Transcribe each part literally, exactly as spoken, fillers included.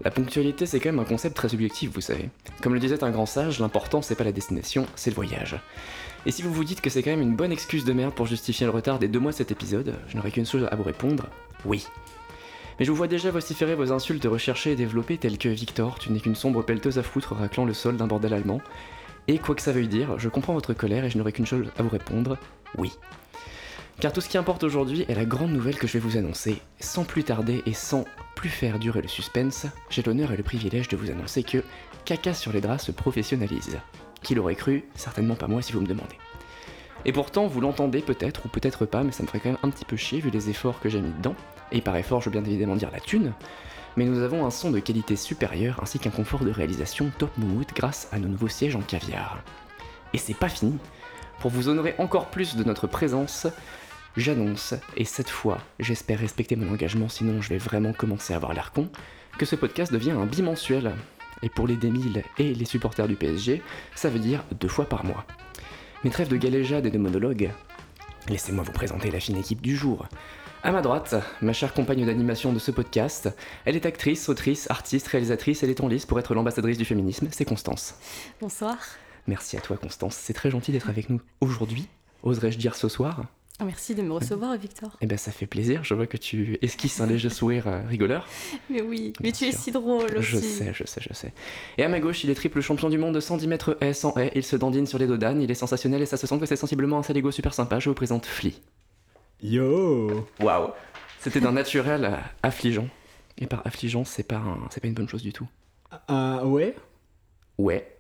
La ponctualité, c'est quand même un concept très subjectif, vous savez. Comme le disait un grand sage, l'important c'est pas la destination, c'est le voyage. Et si vous vous dites que c'est quand même une bonne excuse de merde pour justifier le retard des deux mois de cet épisode, je n'aurai qu'une chose à vous répondre, oui. Mais je vous vois déjà vociférer vos insultes recherchées et développées telles que Victor, tu n'es qu'une sombre pelleteuse à foutre raclant le sol d'un bordel allemand. Et quoi que ça veuille dire, je comprends votre colère et je n'aurai qu'une chose à vous répondre, oui. Car tout ce qui importe aujourd'hui est la grande nouvelle que je vais vous annoncer. Sans plus tarder et sans plus faire durer le suspense, j'ai l'honneur et le privilège de vous annoncer que Caca sur les draps se professionnalise. Qui l'aurait cru? Certainement pas moi si vous me demandez. Et pourtant, vous l'entendez peut-être ou peut-être pas, mais ça me ferait quand même un petit peu chier vu les efforts que j'ai mis dedans. Et par effort, je veux bien évidemment dire la thune. Mais nous avons un son de qualité supérieure ainsi qu'un confort de réalisation top moumoute grâce à nos nouveaux sièges en caviar. Et c'est pas fini. Pour vous honorer encore plus de notre présence, j'annonce, et cette fois, j'espère respecter mon engagement, sinon je vais vraiment commencer à avoir l'air con, que ce podcast devient un bimensuel. Et pour les D mille et les supporters du P S G, ça veut dire deux fois par mois. Mais trêve de galéjade et de monologue, laissez-moi vous présenter la fine équipe du jour. À ma droite, ma chère compagne d'animation de ce podcast, elle est actrice, autrice, artiste, réalisatrice, elle est en lice pour être l'ambassadrice du féminisme, c'est Constance. Bonsoir. Merci à toi Constance, c'est très gentil d'être avec nous aujourd'hui, oserais-je dire ce soir. Merci de me recevoir, Victor. Eh ben ça fait plaisir, je vois que tu esquisses un léger sourire euh, rigoleur. Mais oui, mais Bien tu es sûr. si drôle aussi. Je sais, je sais, je sais. Et à ma gauche, il est triple champion du monde de cent dix mètres haies sans haies, il se dandine sur les dos d'âne, il est sensationnel et ça se sent que c'est sensiblement un saligo super sympa, je vous présente Flea. Yo. Waouh, c'était d'un naturel euh, affligeant. Et par affligeant, c'est pas, un... c'est pas une bonne chose du tout. Ah ouais. Ouais,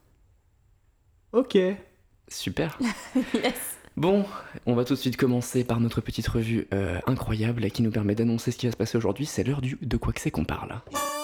Ok. super. Yes. Bon, on va tout de suite commencer par notre petite revue euh, incroyable qui nous permet d'annoncer ce qui va se passer aujourd'hui. C'est l'heure du de quoi que c'est qu'on parle.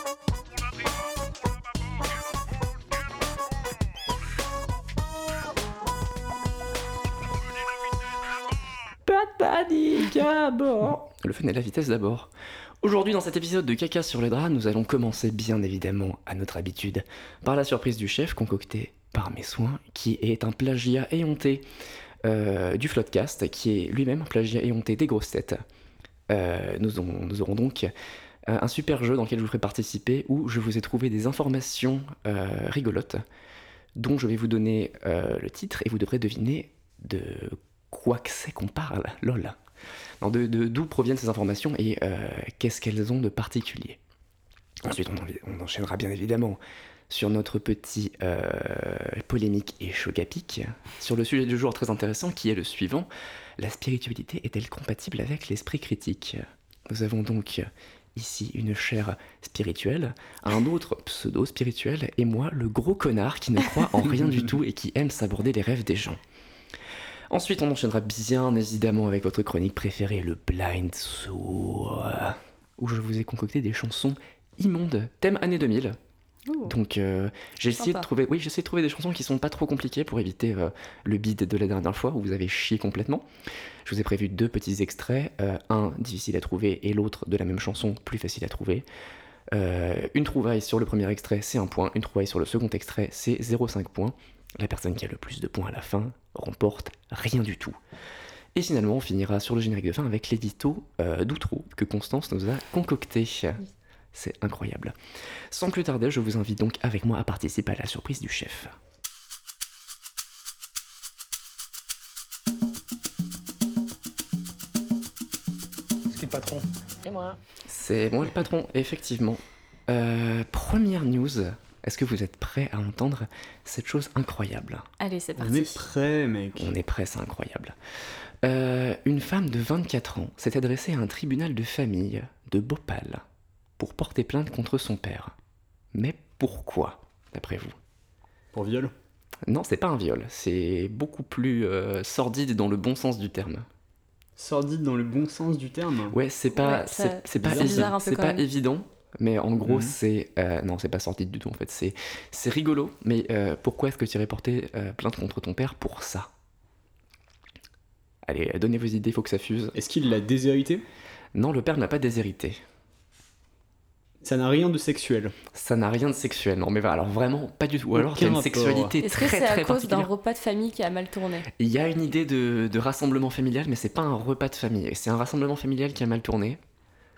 Pas de panique à bord. Le fun et la vitesse d'abord. Aujourd'hui, dans cet épisode de Caca sur les draps, nous allons commencer bien évidemment, à notre habitude, par la surprise du chef concoctée par mes soins, qui est un plagiat éhonté euh, du Floodcast, qui est lui-même un plagiat éhonté des grosses têtes. Euh, nous, aurons, nous aurons donc euh, un super jeu dans lequel je vous ferai participer, où je vous ai trouvé des informations euh, rigolotes, dont je vais vous donner euh, le titre, et vous devrez deviner de quoi que c'est qu'on parle, lol. Non, de, de, d'où proviennent ces informations et euh, qu'est-ce qu'elles ont de particulier. Ensuite, on, en, on enchaînera bien évidemment sur notre petit euh, polémique et choc à pic, sur le sujet du jour très intéressant qui est le suivant: la spiritualité est-elle compatible avec l'esprit critique? Nous avons donc ici une chaire spirituelle, un autre pseudo-spirituel, et moi, le gros connard qui ne croit en rien du tout et qui aime s'aborder les rêves des gens. Ensuite, on enchaînera bien évidemment avec votre chronique préférée, le Blind Sourd, où je vous ai concocté des chansons immondes, thème année deux mille. Ouh. Donc euh, j'ai essayé Sympa. de trouver, oui, j'ai essayé de trouver des chansons qui sont pas trop compliquées pour éviter euh, le bide de la dernière fois où vous avez chié complètement. Je vous ai prévu deux petits extraits, euh, un difficile à trouver et l'autre de la même chanson plus facile à trouver. Euh, une trouvaille sur le premier extrait, c'est un point. Une trouvaille sur le second extrait, c'est zéro virgule cinq points. La personne qui a le plus de points à la fin remporte rien du tout. Et finalement, on finira sur le générique de fin avec l'édito euh, d'outro que Constance nous a concocté. C'est incroyable. Sans plus tarder, je vous invite donc avec moi à participer à la surprise du chef. C'est qui le patron? Et moi. C'est moi le patron, effectivement. Euh, première news. Est-ce que vous êtes prêts à entendre cette chose incroyable? Allez, c'est On parti. est prêt, mec. On est prêts, c'est incroyable. Euh, une femme de vingt-quatre ans s'est adressée à un tribunal de famille de Bhopal pour porter plainte contre son père. Mais pourquoi, d'après vous? Pour viol. Non, c'est pas un viol, c'est beaucoup plus euh, sordide dans le bon sens du terme. Sordide dans le bon sens du terme. Ouais, c'est pas, Ouais, ça- c'est, c'est pas, c'est évi- bizarre un peu c'est quand pas même. évident, mais en gros, Mhm. c'est... euh, non, c'est pas sordide du tout, en fait. C'est, c'est rigolo, mais euh, pourquoi est-ce que tu irais porter euh, plainte contre ton père pour ça? Allez, donnez vos idées, faut que ça fuse. Est-ce qu'il l'a déshérité? Non, le père n'a pas déshérité. Ça n'a rien de sexuel. Ça n'a rien de sexuel, non, mais va- alors vraiment pas du tout. Ou alors Aucun il y a une rapport. sexualité Est-ce que très c'est à très cause d'un particulière. repas de famille qui a mal tourné? Il y a une idée de, de rassemblement familial, mais c'est pas un repas de famille. C'est un rassemblement familial qui a mal tourné.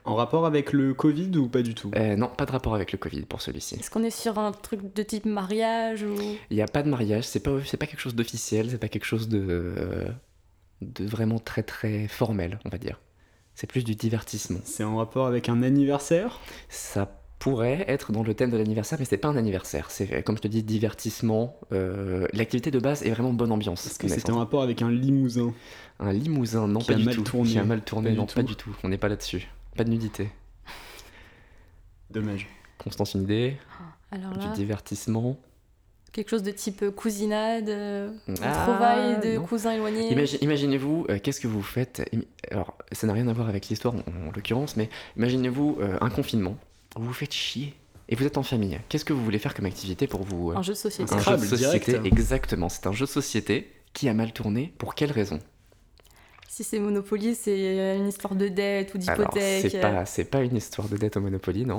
En rapport avec le Covid ou pas du tout? Euh, non, pas de rapport avec le Covid pour celui-ci. Est-ce qu'on est sur un truc de type mariage ou... Il n'y a pas de mariage, c'est pas, c'est pas quelque chose d'officiel, c'est pas quelque chose de, euh, de vraiment très très formel, on va dire. C'est plus du divertissement. C'est en rapport avec un anniversaire? Ça pourrait être dans le thème de l'anniversaire, mais c'est pas un anniversaire. C'est, comme je te dis, divertissement. Euh, l'activité de base est vraiment bonne ambiance. Est-ce que c'était en rapport avec un limousin? Un limousin, non, Qui pas a du mal tout. tourné. Qui a mal tourné, Pas du non, tout. pas du tout. On n'est pas là-dessus. Pas de nudité. Dommage. Constance, une idée? Alors Du là, divertissement. quelque chose de type cousinade, euh, Ah, retrouvailles de non. cousins éloignés. Imagi- imaginez-vous, euh, qu'est-ce que vous faites? Im- Alors, ça n'a rien à voir avec l'histoire en, en l'occurrence, mais imaginez-vous euh, un confinement. Vous vous faites chier. Et vous êtes en famille. Qu'est-ce que vous voulez faire comme activité pour vous? euh, Un jeu de société. Un Scrabble, jeu de société, direct. exactement. C'est un jeu de société qui a mal tourné. Pour quelle raison? Si c'est Monopoly, c'est une histoire de dette ou Alors, d'hypothèque. c'est pas, c'est pas une histoire de dette au Monopoly, non?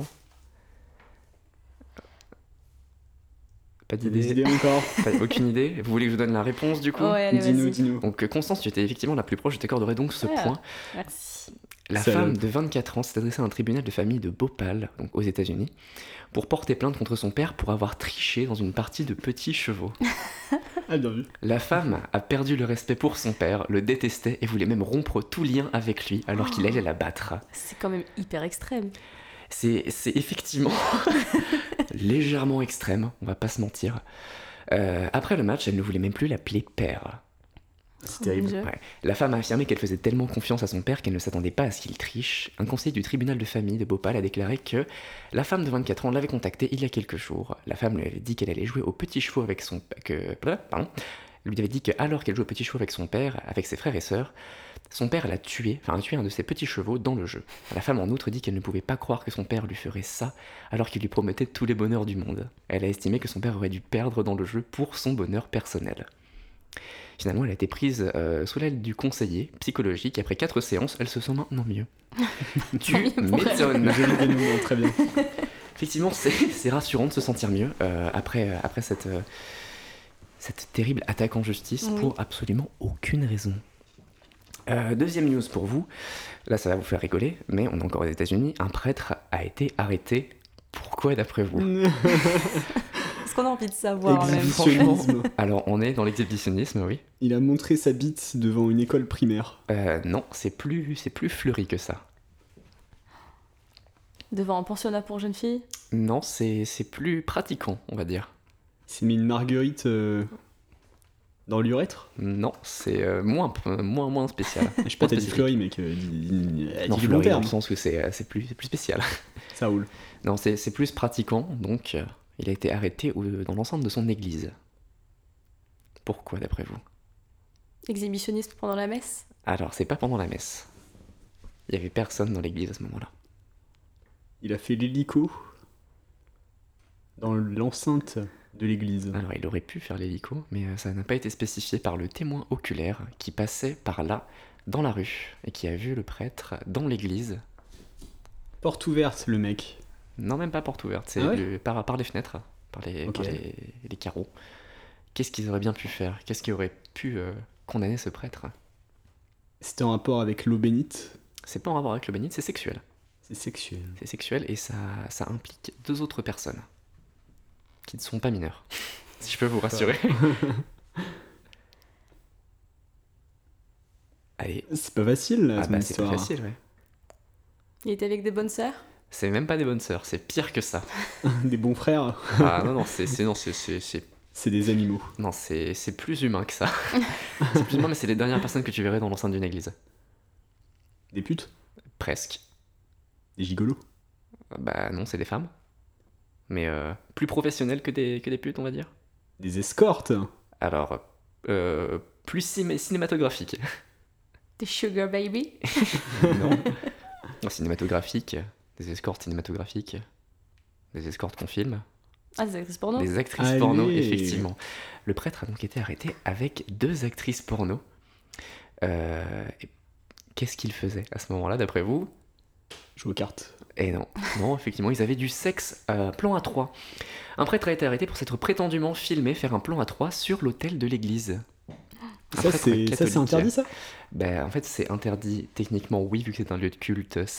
Pas T'as des d'idée? idées encore? Pas- Aucune idée? Vous voulez que je vous donne la réponse du coup? Ouais, allez, Dis-nous, vas-y. dis-nous. Donc euh, Constance, tu étais effectivement la plus proche, je t'accorderai donc ce Ouais. point. Merci. La Salope. femme de vingt-quatre ans s'est adressée à un tribunal de famille de Bhopal, donc aux États-Unis, pour porter plainte contre son père pour avoir triché dans une partie de petits chevaux. Ah, bien vu. La femme a perdu le respect pour son père, le détestait et voulait même rompre tout lien avec lui alors qu'il allait la battre. C'est quand même hyper extrême. C'est, c'est effectivement légèrement extrême, on va pas se mentir. Euh, après le match, elle ne voulait même plus l'appeler père. C'est Oh terrible. mon Dieu. Ouais. La femme a affirmé qu'elle faisait tellement confiance à son père qu'elle ne s'attendait pas à ce qu'il triche. Un conseiller du tribunal de famille de Bhopal a déclaré que la femme de vingt-quatre ans l'avait contacté il y a quelques jours. La femme lui avait dit qu'elle allait jouer au petit chevaux avec son... que... Pardon. Elle lui avait dit qu'alors qu'elle jouait au petit chevaux avec son père, avec ses frères et sœurs, son père l'a tué, enfin a tué un de ses petits chevaux dans le jeu. La femme en outre dit qu'elle ne pouvait pas croire que son père lui ferait ça alors qu'il lui promettait tous les bonheurs du monde. Elle a estimé que son père aurait dû perdre dans le jeu pour son bonheur personnel. Finalement, elle a été prise euh, sous l'aile du conseiller psychologique et après quatre séances, elle se sent maintenant mieux. Tu Tant mieux pour elle. m'étonnes. Le joli dénouement, très bien. Effectivement, c'est, c'est rassurant de se sentir mieux euh, après, euh, après cette, euh, cette terrible attaque en justice Oui. pour absolument aucune raison. Euh, deuxième news pour vous. Là, ça va vous faire rigoler, mais on est encore aux États-Unis. Un prêtre a été arrêté. Pourquoi, d'après vous? Est-ce qu'on a envie de savoir même Exhibitionnisme. Alors, on est dans l'exhibitionnisme, oui. Il a montré sa bite devant une école primaire. Euh, non, c'est plus, c'est plus fleuri que ça. Devant un pensionnat pour jeunes filles. Non, c'est, c'est plus pratiquant, on va dire. Il s'est mis une marguerite euh, dans l'urètre. Non, c'est euh, moins, euh, moins, moins spécial. Je sais pas, t'as dit spécifique. fleuri, mec. euh, dis- dis- dis Non, du fleuri bon dans terme. le sens que c'est, euh, c'est, plus, c'est plus spécial. Ça roule. Non, c'est, c'est plus pratiquant, donc euh, il a été arrêté au- dans l'enceinte de son église. Pourquoi, d'après vous? Exhibitionniste pendant la messe. Alors, c'est pas pendant la messe. Il y avait personne dans l'église à ce moment-là. Il a fait l'hélico dans l'enceinte de l'église. Alors, il aurait pu faire l'hélico, mais euh, ça n'a pas été spécifié par le témoin oculaire qui passait par là, dans la rue, et qui a vu le prêtre dans l'église. Porte ouverte, le mec. Non, même pas porte ouverte, c'est Ah ouais du- par, par les fenêtres, par les, Ok. par les, les carreaux. Qu'est-ce qu'ils auraient bien pu faire? Qu'est-ce qui aurait pu euh, condamner ce prêtre? C'était en rapport avec l'eau bénite. C'est pas en rapport avec le bénite, c'est sexuel. C'est sexuel. C'est sexuel et ça, ça implique deux autres personnes qui ne sont pas mineures. Si je peux vous rassurer. Allez. C'est pas facile, là, Ah ton bah c'est pas histoire. facile, ouais. Il était avec des bonnes sœurs. C'est même pas des bonnes sœurs, c'est pire que ça. Des bons frères, Ah non, non, c'est, c'est, non, c'est, c'est, c'est- c'est des animaux. non, c'est, c'est plus humain que ça. C'est plus humain, mais c'est les dernières personnes que tu verrais dans l'enceinte d'une église. Des putes. Presque. Des gigolos. Bah non, c'est des femmes. Mais euh, plus professionnelles que des, que des putes, on va dire. Des escortes. Alors, euh, plus ciné- cinématographique. Des sugar baby. Non. Non, cinématographique. Des escortes cinématographiques. Des escortes qu'on filme. Ah, des actrices porno. Des actrices Allez. porno, effectivement. Le prêtre a donc été arrêté avec deux actrices porno. Euh, et qu'est-ce qu'ils faisaient à ce moment-là, d'après vous? Joue aux cartes. Et non, non, effectivement, ils avaient du sexe euh, plan à trois. Un prêtre a été arrêté pour s'être prétendument filmé faire un plan à trois sur l'autel de l'église. Un Ça, prêtre c'est ça, c'est catholique. interdit, ça Ben, en fait, c'est interdit techniquement, oui, vu que c'est un lieu de culte saint,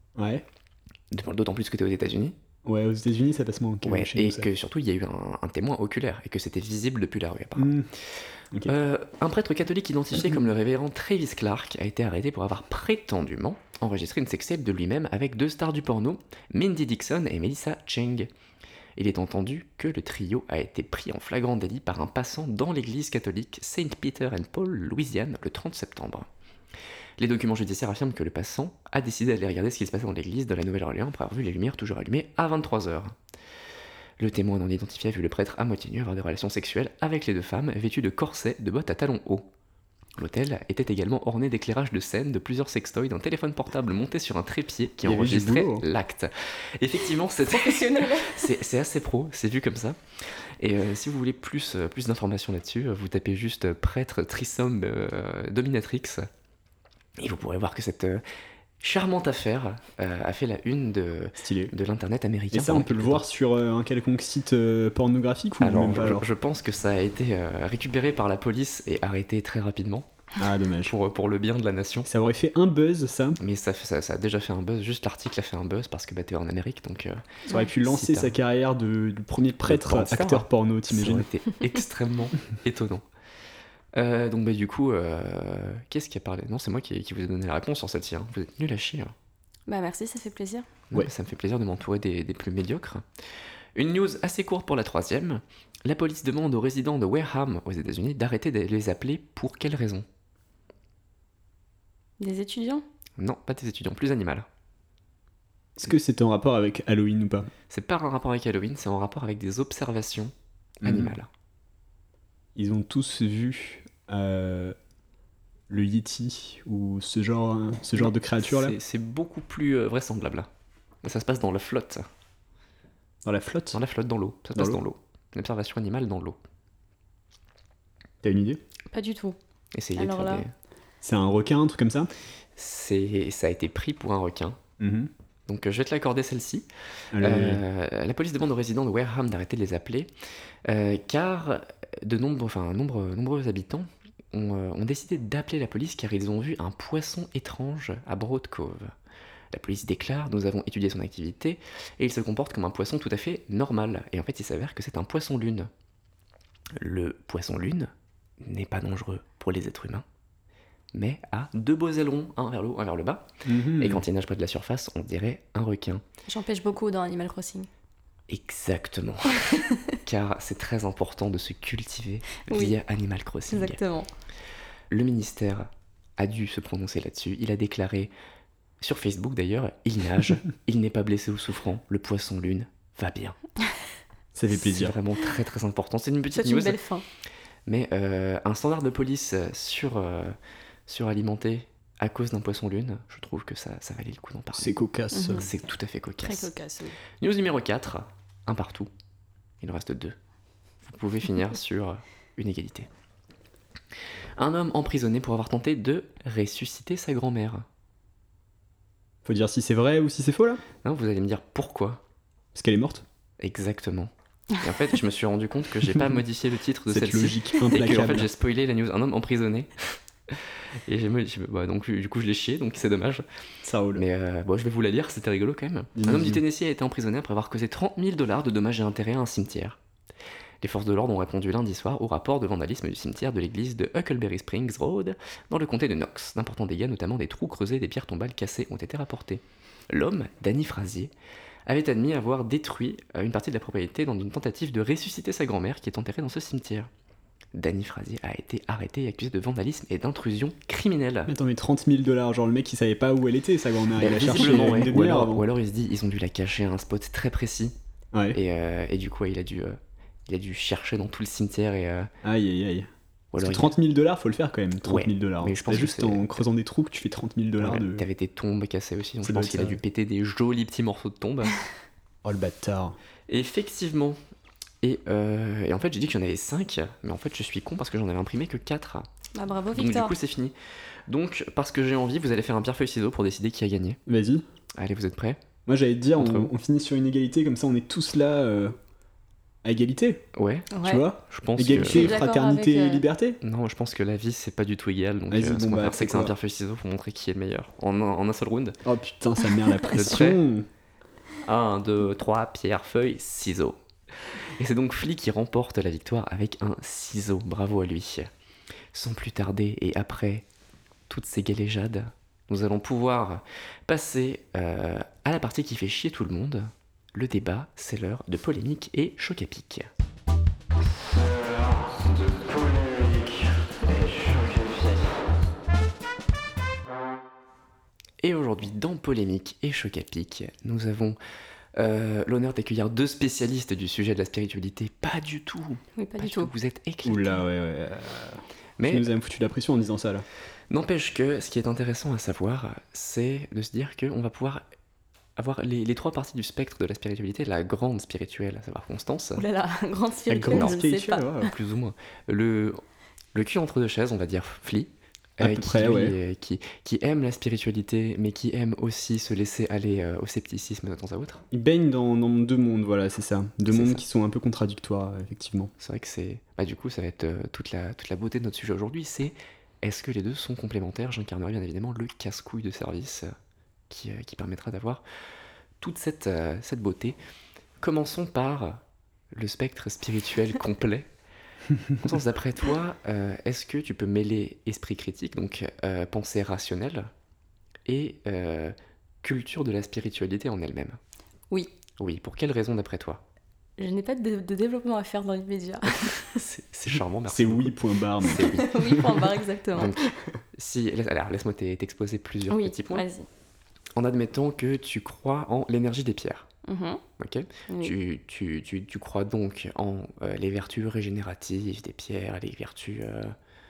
Ouais. D'autant plus que t'es aux États-Unis. Ouais, aux États-Unis, ça passe moins. Okay, Ouais, et nous, ça. que surtout, il y a eu un, un témoin oculaire et que c'était visible depuis la rue, apparemment. Mmh. Okay. Euh, un prêtre catholique identifié comme le révérend Travis Clark a été arrêté pour avoir prétendument enregistré une sextape de lui-même avec deux stars du porno, Mindy Dixon et Melissa Cheng. Il est entendu que le trio a été pris en flagrant délit par un passant dans l'église catholique Saint Peter and Paul, Louisiane, le trente septembre. Les documents judiciaires affirment que le passant a décidé d'aller regarder ce qui se passait dans l'église de la Nouvelle-Orléans après avoir vu les lumières toujours allumées à vingt-trois heures. Le témoin non identifié a vu le prêtre à moitié nu avoir des relations sexuelles avec les deux femmes vêtues de corsets de bottes à talons hauts. L'hôtel était également orné d'éclairages de scène, de plusieurs sextoys, d'un téléphone portable monté sur un trépied qui enregistrait l'acte. Effectivement, c'est professionnel. c'est, c'est assez pro, c'est vu comme ça. Et euh, si vous voulez plus, euh, plus d'informations là-dessus, vous tapez juste euh, prêtre Trisome euh, Dominatrix et vous pourrez voir que cette euh, charmante affaire euh, a fait la une de, de l'internet américain. Et ça, on peut le voir sur euh, un quelconque site euh, pornographique ou alors, même pas, je, alors je pense que ça a été euh, récupéré par la police et arrêté très rapidement. Ah, dommage. Pour, pour le bien de la nation. Ça aurait fait un buzz, ça. Mais ça, ça, ça a déjà fait un buzz, juste l'article a fait un buzz parce que bah, t'es en Amérique, donc... Euh, ça aurait pu lancer si sa carrière de, de premier prêtre acteur porno, t'imagines. Ça aurait été extrêmement étonnant. Euh, donc bah du coup, euh, qu'est-ce qui a parlé ? Non, c'est moi qui, qui vous ai donné la réponse sur celle-ci. Hein. Vous êtes nuls à chier. Hein. Bah merci, ça fait plaisir. Ouais, ça me fait plaisir de m'entourer des, des plus médiocres. Une news assez courte pour la troisième. La police demande aux résidents de Wareham, aux États-Unis, d'arrêter de les appeler pour quelle raison ? Des étudiants ? Non, pas des étudiants, plus animal. Est-ce que c'est en rapport avec Halloween ou pas ? C'est pas un rapport avec Halloween, c'est en rapport avec des observations animales. Ils ont tous vu euh, le Yeti ou ce genre, ce genre non, de créature là. C'est, c'est beaucoup plus euh, vraisemblable. Ça se passe dans la flotte. Dans la flotte ? Dans la flotte, dans l'eau. Ça se dans passe l'eau. dans l'eau. Une observation animale dans l'eau. T'as une idée ? Pas du tout. Essayez Alors de faire là... des... C'est un requin, un truc comme ça ? c'est... Ça a été pris pour un requin. Mm-hmm. Donc euh, je vais te l'accorder celle-ci. Euh, la police demande aux résidents de Wareham d'arrêter de les appeler, euh, car de nombreux, enfin, nombre, nombreux habitants ont, euh, ont décidé d'appeler la police car ils ont vu un poisson étrange à Broad Cove. La police déclare « Nous avons étudié son activité et il se comporte comme un poisson tout à fait normal. » Et en fait, il s'avère que c'est un poisson-lune. Le poisson-lune n'est pas dangereux pour les êtres humains, mais a deux beaux ailerons, un vers le haut, un vers le bas. Mm-hmm. Et quand il nage près de la surface, on dirait un requin. J'en pêche beaucoup dans Animal Crossing. Exactement. Car c'est très important de se cultiver oui. via Animal Crossing. Exactement. Le ministère a dû se prononcer là-dessus. Il a déclaré, sur Facebook d'ailleurs, il nage, il n'est pas blessé ou souffrant, le poisson-lune va bien. Ça fait plaisir. C'est vraiment très très important. C'est une petite c'est news. une belle fin. Mais euh, un standard de police sur... Euh, suralimenté à cause d'un poisson-lune, je trouve que ça, ça valait le coup d'en parler. C'est cocasse. Mm-hmm. C'est tout à fait cocasse. Très cocasse, oui. News numéro quatre, un partout. Il en reste deux. Vous pouvez finir sur une égalité. Un homme emprisonné pour avoir tenté de ressusciter sa grand-mère. Faut dire si c'est vrai ou si c'est faux là ? Non, vous allez me dire pourquoi. Parce qu'elle est morte ? Exactement. Et en fait, je me suis rendu compte que j'ai pas modifié le titre de cette celle-ci. logique Et implacable. que en fait, j'ai spoilé la news. Un homme emprisonné. Et j'ai modifié. Bah, donc, du coup, je l'ai chié, donc c'est dommage. Ça roule. Mais euh, bon, je vais vous la lire, c'était rigolo quand même. Mmh. Un homme du Tennessee a été emprisonné après avoir causé trente mille dollars de dommages et intérêts à un cimetière. Les forces de l'ordre ont répondu lundi soir au rapport de vandalisme du cimetière de l'église de Huckleberry Springs Road, dans le comté de Knox. D'importants dégâts, notamment des trous creusés et des pierres tombales cassées, ont été rapportés. L'homme, Danny Frazier, avait admis avoir détruit une partie de la propriété dans une tentative de ressusciter sa grand-mère qui est enterrée dans ce cimetière. Danny Frazier a été arrêté et accusé de vandalisme et d'intrusion criminelle. Mais attends, mais trente mille dollars, genre le mec il savait pas où elle était, sa grand-mère, il a cherché ouais. une ou, demi-heure alors, avant. ou alors il se dit, ils ont dû la cacher à un spot très précis. Ouais. Et, euh, et du coup, il a dû, euh, il a dû chercher dans tout le cimetière et... Euh... Aïe aïe aïe. Parce que trente mille dollars, faut le faire quand même, trente mille dollars. Ouais, mais je pense c'est juste en creusant des trous que tu fais trente mille dollars ouais, de... T'avais tes tombes cassées aussi, donc ça je pense qu'il ça. a dû péter des jolis petits morceaux de tombes. Oh le bâtard. Effectivement. Et, euh, et en fait, j'ai dit qu'il y en avait cinq, mais en fait, je suis con parce que j'en avais imprimé que quatre. Bah bravo, donc Victor. du coup, c'est fini. Donc, parce que j'ai envie, vous allez faire un pierre-feuille-ciseaux pour décider qui a gagné. Vas-y. Allez, vous êtes prêts ? Moi, j'allais te dire, on, on finit sur une égalité, comme ça, on est tous là... Euh... à égalité, Ouais, Ouais. tu vois. je pense Égalité, Je suis que... d'accord fraternité, avec, euh, liberté. Non, je pense que la vie, c'est pas du tout égal, donc Vas-y, euh, ce bon, qu'on va bah, faire, c'est que c'est un quoi. pierre feuille ciseaux pour montrer qui est le meilleur. En un, en un seul round. Oh putain, ça me met la pression. un, deux, trois, pierre, feuille, ciseaux. Et c'est donc Flea qui remporte la victoire avec un ciseau. Bravo à lui. Sans plus tarder, et après toutes ces galéjades, nous allons pouvoir passer euh, à la partie qui fait chier tout le monde. Le débat, c'est l'heure de polémique et choc à pic. Et aujourd'hui, dans Polémique et Choc à pic, nous avons euh, l'honneur d'accueillir deux spécialistes du sujet de la spiritualité. Pas du tout. Oui, pas, Pas du du tout. tout. Vous êtes éclatés. Oula, ouais, ouais. euh, Mais Tu nous as foutu la pression en disant ça, là. n'empêche que ce qui est intéressant à savoir, c'est de se dire qu'on va pouvoir avoir les, les trois parties du spectre de la spiritualité, la grande spirituelle, à savoir Constance, Ouh là là, grande La spirituelle, grande je ne sais spirituelle, pas. ouais. plus ou moins, le, le cul entre deux chaises, on va dire Flea, À peu qui, près, lui, ouais. euh, qui, qui aime la spiritualité, mais qui aime aussi se laisser aller euh, au scepticisme de temps à autre. Il baigne dans, dans deux mondes, voilà, c'est ça. Deux C'est mondes ça. qui sont un peu contradictoires, effectivement. C'est vrai que c'est... Bah, du coup, ça va être euh, toute, la, toute la beauté de notre sujet aujourd'hui, c'est est-ce que les deux sont complémentaires? J'incarnerai bien évidemment le casse-couille de service euh, qui, euh, qui permettra d'avoir toute cette, euh, cette beauté. Commençons par le spectre spirituel complet. Constance, d'après toi, euh, est-ce que tu peux mêler esprit critique, donc euh, pensée rationnelle, et euh, culture de la spiritualité en elle-même? Oui. Oui, pour quelle raison d'après toi? Je n'ai pas de, de développement à faire dans l'immédiat. C'est c'est charmant, merci C'est beaucoup. oui, point barre. mais- C'est oui. Oui, point barre, exactement. Donc, si, laisse- alors, laisse-moi t'e- t'exposer plusieurs Oui, petits points. vas-y. En admettant que tu crois en l'énergie des pierres, Mhm. ok? Oui. Tu, tu, tu, tu crois donc en euh, les vertus régénératives des pierres, les vertus euh,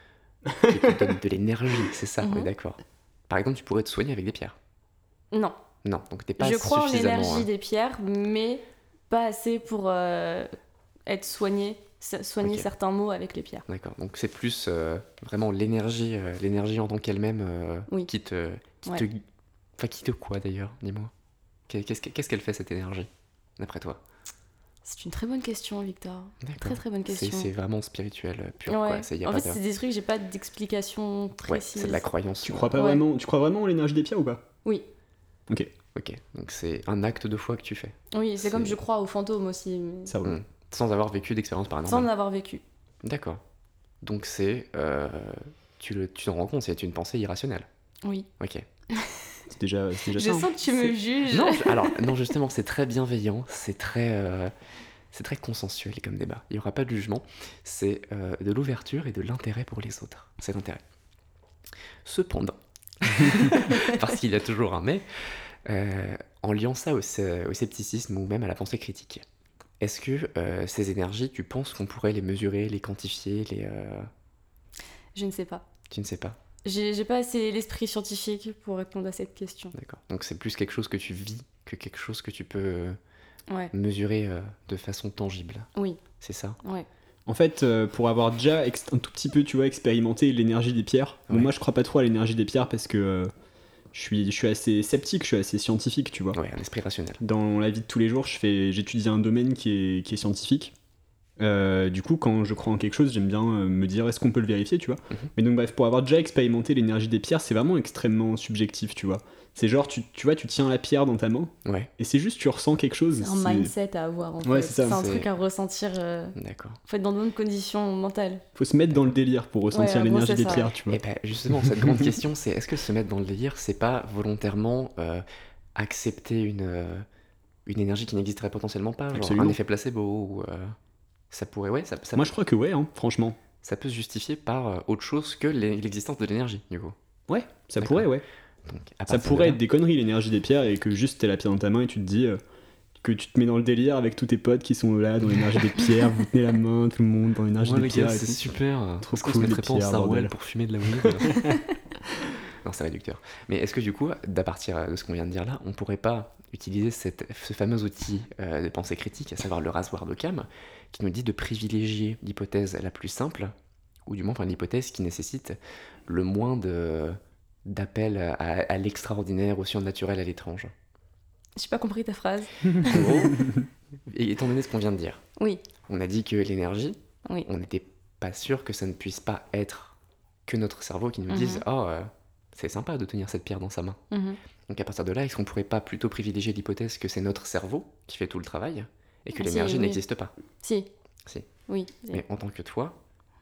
qui te donnent de l'énergie, c'est ça, on est Mhm. d'accord. Par exemple, tu pourrais te soigner avec des pierres. Non, Non, donc t'es pas je crois en suffisamment... l'énergie hein. des pierres, mais pas assez pour euh, être soigné, so- soigner Ok. certains mots avec les pierres. D'accord, donc c'est plus euh, vraiment l'énergie, euh, l'énergie en tant qu'elle-même euh, Oui. qui te... Qui Ouais. te... Enfin, qui te quoi d'ailleurs, dis-moi? Qu'est-ce que- qu'est-ce qu'elle fait cette énergie, d'après toi? C'est une très bonne question, Victor. D'accord. Très très bonne C'est question. c'est vraiment spirituel, euh, pur, Ouais. quoi. C'est- y a En pas fait, de- c'est des trucs, j'ai pas d'explication Ouais, précise. c'est de la croyance. Tu euh, crois pas Ouais. vraiment, tu crois vraiment en l'énergie des pierres ou pas? Oui, Ok, Ok, donc c'est un acte de foi que tu fais, oui, c'est comme C'est- je crois aux fantômes aussi, mais ça roule. Hmm. Sans avoir vécu d'expérience sans paranormale. en avoir vécu. D'accord. Donc c'est... euh, tu le- tu t'en rends compte, c'est une pensée irrationnelle. Oui. Ok. C'est déjà, c'est déjà Je ça. hein. sens que tu me juges. Non, je- alors, non, justement, c'est très bienveillant, c'est très... euh, c'est très consensuel comme débat. Il n'y aura pas de jugement. C'est euh, de l'ouverture et de l'intérêt pour les autres. C'est l'intérêt. Cependant, parce qu'il y a toujours un mais, euh, en liant ça au, sc- au scepticisme ou même à la pensée critique, est-ce que euh, ces énergies, tu penses qu'on pourrait les mesurer, les quantifier, les... euh, Je ne sais pas. Tu ne sais pas. J'ai j'ai pas assez l'esprit scientifique pour répondre à cette question. D'accord. Donc c'est plus quelque chose que tu vis que quelque chose que tu peux euh, Ouais, mesurer euh, de façon tangible. oui, C'est ça? ouais. En fait, euh, pour avoir déjà ex- un tout petit peu, tu vois, expérimenté l'énergie des pierres, bon, Ouais. moi je crois pas trop à l'énergie des pierres parce que euh, je suis, je suis assez sceptique, je suis assez scientifique, tu vois. Ouais, un esprit rationnel. Dans la vie de tous les jours, je fais, j'étudie un domaine qui est, qui est scientifique. Euh, du coup, quand je crois en quelque chose, j'aime bien euh, me dire est-ce qu'on peut le vérifier, tu vois. Mhm. Mais donc, bref, pour avoir déjà expérimenté l'énergie des pierres, c'est vraiment extrêmement subjectif, tu vois. C'est genre, tu, tu vois, tu tiens la pierre dans ta main Ouais, et c'est juste, tu ressens quelque chose. C'est un mindset à avoir en Ouais, fait. c'est ça. un C'est- truc à ressentir euh, d'accord. en fait, dans de bonnes conditions mentales. Faut se mettre dans le délire pour ressentir Ouais, en gros, l'énergie c'est des ça. pierres, tu vois. Et ben justement, cette grande question, c'est est-ce que se mettre dans le délire, c'est pas volontairement euh, accepter une, euh, une énergie qui n'existerait potentiellement pas, genre Absolument. un effet placebo ou euh, ça pourrait, ouais, ça, ça, Moi, je crois que ouais, hein, franchement. ça peut se justifier par euh, autre chose que l'e- l'existence de l'énergie, du coup. Ouais, ça D'accord. pourrait, ouais. Donc, à Ça partir de pourrait là- être des conneries, l'énergie des pierres, et que juste t'as la pierre dans ta main et tu te dis euh, que tu te mets dans le délire avec tous tes potes qui sont là dans l'énergie des pierres, vous tenez la main, tout le monde dans l'énergie Ouais, des les pierres. gars, et c'est tout. super. Trop Est-ce qu'on cool, se les mettrait pas en pierres, Sarwell bordel. pour fumer de la weed Non, c'est réducteur. Mais est-ce que du coup, d'à partir de ce qu'on vient de dire là, on pourrait pas utiliser cette, ce fameux outil euh, de pensée critique, à savoir le rasoir d'Occam, qui nous dit de privilégier l'hypothèse la plus simple, ou du moins enfin, l'hypothèse qui nécessite le moins de d'appel à, à l'extraordinaire, au surnaturel, à l'étrange. J'ai pas compris ta phrase. En gros, et étant donné ce qu'on vient de dire, Oui. on a dit que l'énergie, Oui. on n'était pas sûr que ça ne puisse pas être que notre cerveau qui nous Mhm. dise « Oh, euh, c'est sympa de tenir cette pierre dans sa main. Mhm. » Donc à partir de là, est-ce qu'on pourrait pas plutôt privilégier l'hypothèse que c'est notre cerveau qui fait tout le travail et que Ah, si, l'énergie oui. n'existe pas? Si. Si. Oui. Mais en tant que toi,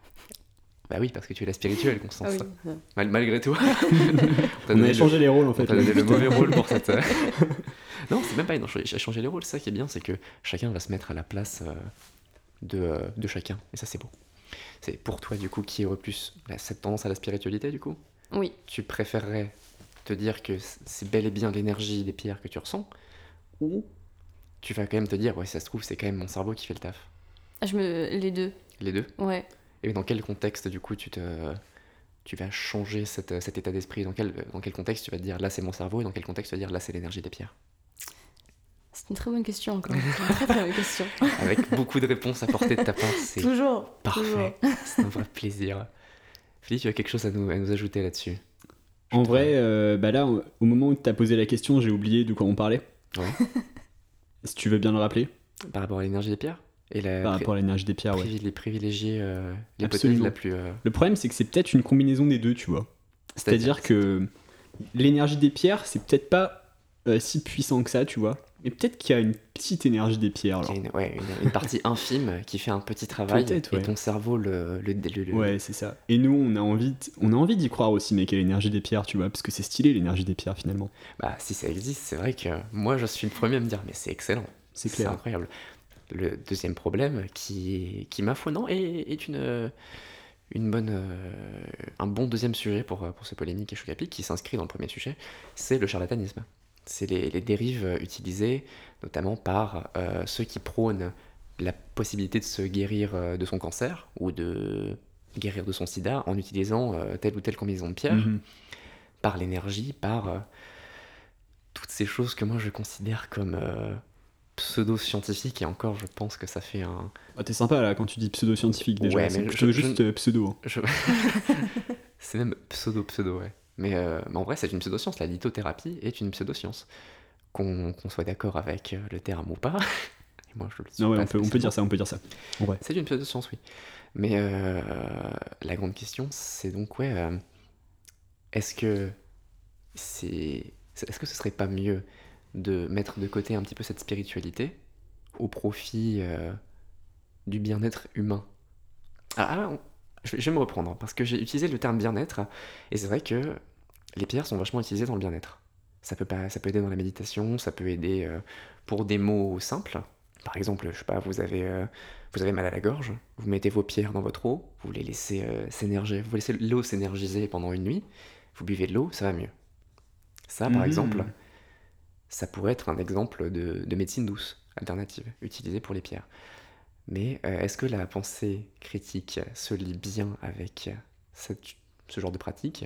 bah oui, parce que tu es la spirituelle, Constance. Ah oui. Mal- malgré tout. On a échangé les rôles en On fait. t'a là. donné le mauvais rôle pour cette. Non, c'est même pas échanger les rôles. Ça qui est bien, c'est que chacun va se mettre à la place euh, de, euh, de chacun. Et ça, c'est beau. C'est pour toi, du coup, qui aurait plus là, cette tendance à la spiritualité, du coup? Oui. Tu préférerais te dire que c'est bel et bien l'énergie des pierres que tu ressens, ou tu vas quand même te dire, ouais, si ça se trouve, c'est quand même mon cerveau qui fait le taf? Ah, Je me... Les deux. Les deux. Ouais. Et dans quel contexte, du coup, tu te. Tu vas changer cette, cet état d'esprit? Dans quel, dans quel contexte tu vas te dire là c'est mon cerveau, et dans quel contexte tu vas dire là c'est l'énergie des pierres? C'est une très bonne question encore. C'est une très très bonne question. Avec beaucoup de réponses apportées de ta part, c'est Toujours. parfait. Toujours. C'est un vrai plaisir. Philippe, tu as quelque chose à nous, à nous ajouter là-dessus? En vrai, euh, bah là, au moment où tu as posé la question, j'ai oublié de quoi on parlait. Ouais. Si tu veux bien le rappeler, Par rapport à l'énergie des pierres et la par pri- rapport à l'énergie des pierres, ouais. privi- les privilégier euh, l'hypothèse Absolument. la plus. euh, Le problème, c'est que c'est peut-être une combinaison des deux, tu vois. C'est-à-dire que l'énergie des pierres, c'est peut-être pas euh, si puissant que ça, tu vois. Mais peut-être qu'il y a une petite énergie des pierres, qu'il alors. y a une, ouais, une, une partie infime qui fait un petit travail Peut-être, et ouais. ton cerveau le. le, le- le- Ouais, c'est ça. Et nous, on a envie, de- on a envie d'y croire aussi, mais quelle l'énergie des pierres, tu vois, parce que c'est stylé l'énergie des pierres finalement. Bah, si ça existe, c'est vrai que moi je suis le premier à me dire, mais c'est excellent. C'est C'est clair. incroyable. Le deuxième problème, qui, qui ma foi, non, est, est une, une bonne, euh, un bon deuxième sujet pour, pour ce polémique et choc à pic, qui s'inscrit dans le premier sujet, c'est le charlatanisme. C'est les, les dérives utilisées, notamment par euh, ceux qui prônent la possibilité de se guérir euh, de son cancer ou de guérir de son sida en utilisant euh, telle ou telle combinaison de pierre, Mhm. par l'énergie, par euh, toutes ces choses que moi je considère comme euh, pseudo-scientifiques, et encore je pense que ça fait un... Ah, t'es sympa là quand tu dis pseudo-scientifique déjà, Ouais, c'est mais plutôt je- juste je- euh, pseudo. hein. je- C'est même pseudo-pseudo, ouais. Mais, euh, mais en vrai, c'est une pseudoscience. La lithothérapie est une pseudoscience. Qu'on qu'on soit d'accord avec euh, le terme ou pas. Et moi, je le suis Non, ouais, pas on peut, on peut spécialement. dire ça, on peut dire ça. En vrai. C'est une pseudoscience, oui. Mais euh, la grande question, c'est donc, ouais, euh, est-ce que c'est, c'est- est-ce que ce serait pas mieux de mettre de côté un petit peu cette spiritualité au profit euh, du bien-être humain? Ah, ah, on- je, vais, je vais me reprendre, parce que j'ai utilisé le terme bien-être, et c'est vrai que les pierres sont vachement utilisées dans le bien-être. Ça peut, pas, ça peut aider dans la méditation, ça peut aider euh, pour des mots simples. Par exemple, je sais pas, vous avez, euh, vous avez mal à la gorge, vous mettez vos pierres dans votre eau, vous les laissez euh, s'énerger, vous laissez l'eau s'énergiser pendant une nuit, vous buvez de l'eau, ça va mieux. Ça, par Mhm. exemple, ça pourrait être un exemple de, de médecine douce, alternative, utilisée pour les pierres. Mais euh, est-ce que la pensée critique se lie bien avec cette- ce genre de pratique?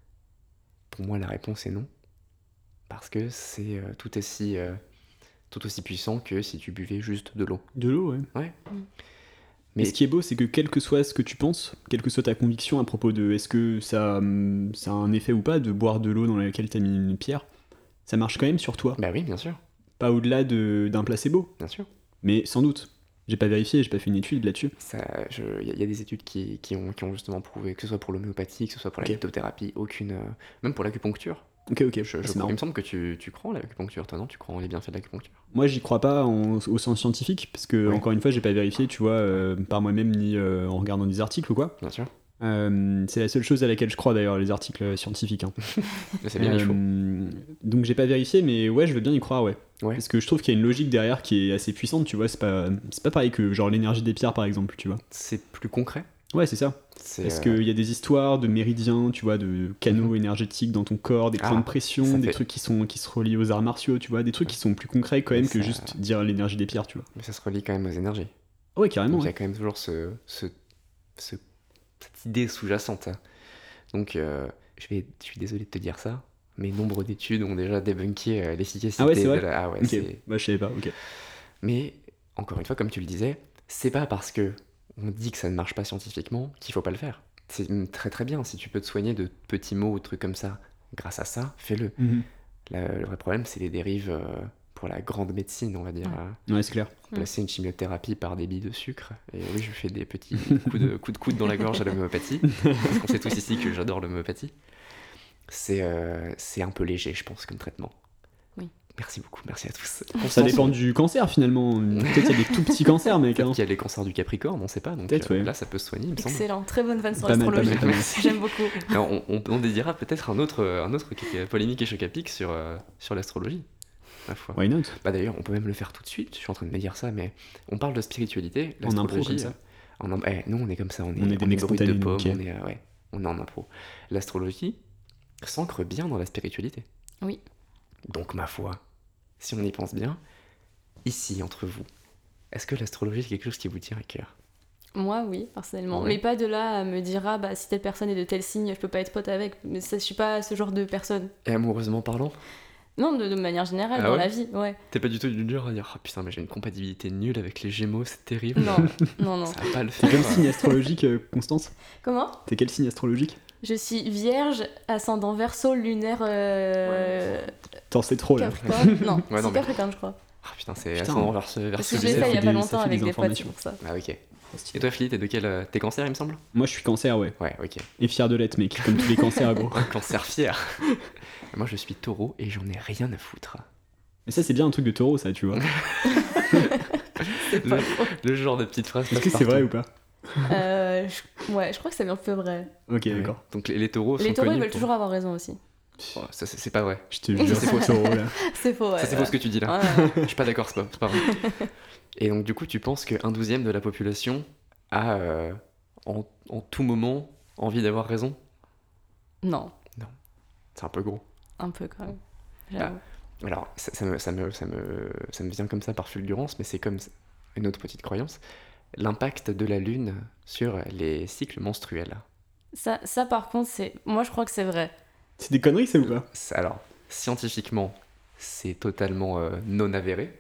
Pour moi, la réponse est non. Parce que c'est euh, tout aussi, euh, tout aussi puissant que si tu buvais juste de l'eau. De l'eau, ouais. Ouais. Mm. Mais Mais ce qui est beau, c'est que quel que soit ce que tu penses, quelle que soit ta conviction à propos de est-ce que ça, hum, ça a un effet ou pas de boire de l'eau dans laquelle t'as mis une pierre, ça marche quand même sur toi. bah oui, bien sûr, Pas au-delà de- d'un placebo, bien sûr. mais sans doute. J'ai pas vérifié, j'ai pas fait une étude là-dessus. Il y, a- y a des études qui, qui, ont, qui ont justement prouvé, que ce soit pour l'homéopathie, que ce soit pour Ok. la lithothérapie, aucune, euh, même pour l'acupuncture. Ok, ok, Je, je c'est crois- marrant. il me semble que tu, tu crois en l'acupuncture, toi, non? Tu crois en les bienfaits de l'acupuncture? Moi, j'y crois pas en- au sens scientifique, parce que, Ouais. encore une fois, j'ai pas vérifié, tu vois, euh, par moi-même, ni euh, en regardant des articles ou quoi. Bien sûr. Euh, c'est la seule chose à laquelle je crois d'ailleurs, les articles scientifiques. hein. Mais c'est bien, il faut. Euh, donc j'ai pas vérifié, mais ouais, je veux bien y croire, ouais. Ouais. Parce que je trouve qu'il y a une logique derrière qui est assez puissante, tu vois. C'est pas, c'est pas pareil que genre l'énergie des pierres, par exemple, tu vois. C'est plus concret. Ouais, c'est ça. C'est, Parce euh, qu'il y a des histoires de méridiens, tu vois, de canaux énergétiques dans ton corps, des Ah, points de pression, ça des fait- trucs qui, sont, qui se relient aux arts martiaux, tu vois, des trucs qui sont plus concrets quand Mais même que ça- juste dire l'énergie des pierres, tu vois. Mais ça se relie quand même aux énergies. Ouais, carrément. Donc il y a ouais. quand même toujours ce, ce, ce- cette idée sous-jacente. Donc euh, je, vais, je suis désolé de te dire ça, mais nombre d'études ont déjà débunké euh, l'efficacité Ah ouais, c'est vrai de la... Ah ouais, Ok, c'est... bah je savais pas, ok. Mais encore une fois, comme tu le disais, c'est pas parce que on dit que ça ne marche pas scientifiquement qu'il faut pas le faire. C'est mm, très très bien, si tu peux te soigner de petits mots ou de trucs comme ça, grâce à ça, fais-le. Mhm. La- le vrai problème, c'est les dérives euh, pour la grande médecine, on va dire. Ouais, ouais c'est clair. Remplacer une chimiothérapie par des billes de sucre. Et oui, je fais des petits coups de, coups de coude dans la gorge à l'homéopathie. Parce qu'on sait tous ici que j'adore l'homéopathie. C'est, euh, c'est un peu léger, je pense, comme traitement. Oui. Merci beaucoup, merci à tous. Ça dépend du cancer finalement. Peut-être qu'il y a des tout petits cancers, mec. Peut-être Hein. qu'il y a les cancers du Capricorne, on sait pas. Donc Peut-être, euh, ouais. là, ça peut se soigner, il me semble. Excellent, très bonne vanne sur Pas mal, pas l'astrologie. mal, pas mal. J'aime beaucoup. Alors, on, on, on dédiera peut-être un autre, un autre qui est polémique et choc à pic sur, euh, sur l'astrologie. Ma foi. Why not? Bah d'ailleurs, on peut même le faire tout de suite. Je suis en train de me dire ça, mais on parle de spiritualité, En impro, l'astrologie. comme ça. euh, En, im- eh, nous, on est comme ça, on est, On est des on mecs est brut de spontanés, pomme, ok. on est, euh, ouais, on est en impro. L'astrologie s'ancre bien dans la spiritualité. Oui. Donc, ma foi, si on y pense bien, ici, entre vous, est-ce que l'astrologie est quelque chose qui vous tient à cœur? Moi, oui, personnellement. Ouais. Mais pas de là à me dire, ah bah si telle personne est de tel signe, je peux pas être pote avec. Mais ça, je suis pas ce genre de personne. Et amoureusement parlant, Non, de, de manière générale, Ah dans ouais la vie, ouais. t'es pas du tout du genre à dire « Ah putain, mais j'ai une compatibilité nulle avec les Gémeaux, c'est terrible. Non, non, non. Ça va pas le T'es faire. quel signe astrologique, euh, Constance? Comment? T'es quel signe astrologique? Je suis vierge, ascendant verso, lunaire, euh... Attends, c'est trop là. Capricorne. Non, Ouais, c'est non, mais- Capricorne, je crois. Ah putain, c'est Putain. ascendant vers ce... Vers Parce ce que je l'ai ça fait il y a fait pas des- longtemps ça fait avec des des potes, c'est informations. pour ça. Ah ok. Et toi, Philly, t'es de quel... euh, T'es cancer, il me semble? Moi, je suis cancer, ouais. Ouais, ok. Et fier de l'être, mec. Comme tous les cancers, gros. Un cancer fier. Moi, je suis taureau et j'en ai rien à foutre. Mais ça, c'est bien un truc de taureau, ça, tu vois. C'est pas Le, faux. le genre de petite phrase. Est-ce que c'est vrai ou pas? Euh, je- Ouais, je crois que c'est un peu vrai. Ok, Ouais. d'accord. Donc les, les taureaux sont Les taureaux, ils connus veulent pour- toujours avoir raison aussi. Oh, ça, c'est c'est pas vrai. Je te jure, C'est c'est taureau, là. C'est faux, ouais. ça, c'est ouais. faux ce que tu dis là. Ouais, ouais. Je suis pas d'accord, c'est pas, c'est pas vrai. Et donc, du coup, tu penses qu'un douzième de la population a, euh, en, en tout moment, envie d'avoir raison? Non, C'est un peu gros. un peu quand même. J'avoue. Alors, ça, ça me, ça, me, ça, me, ça me vient comme ça par fulgurance, mais c'est comme une autre petite croyance. L'impact de la Lune sur les cycles menstruels. Ça, ça, par contre, c'est. Moi, je crois que c'est vrai. C'est des conneries, ça ou pas? C'est- Alors, scientifiquement, c'est totalement euh, non avéré.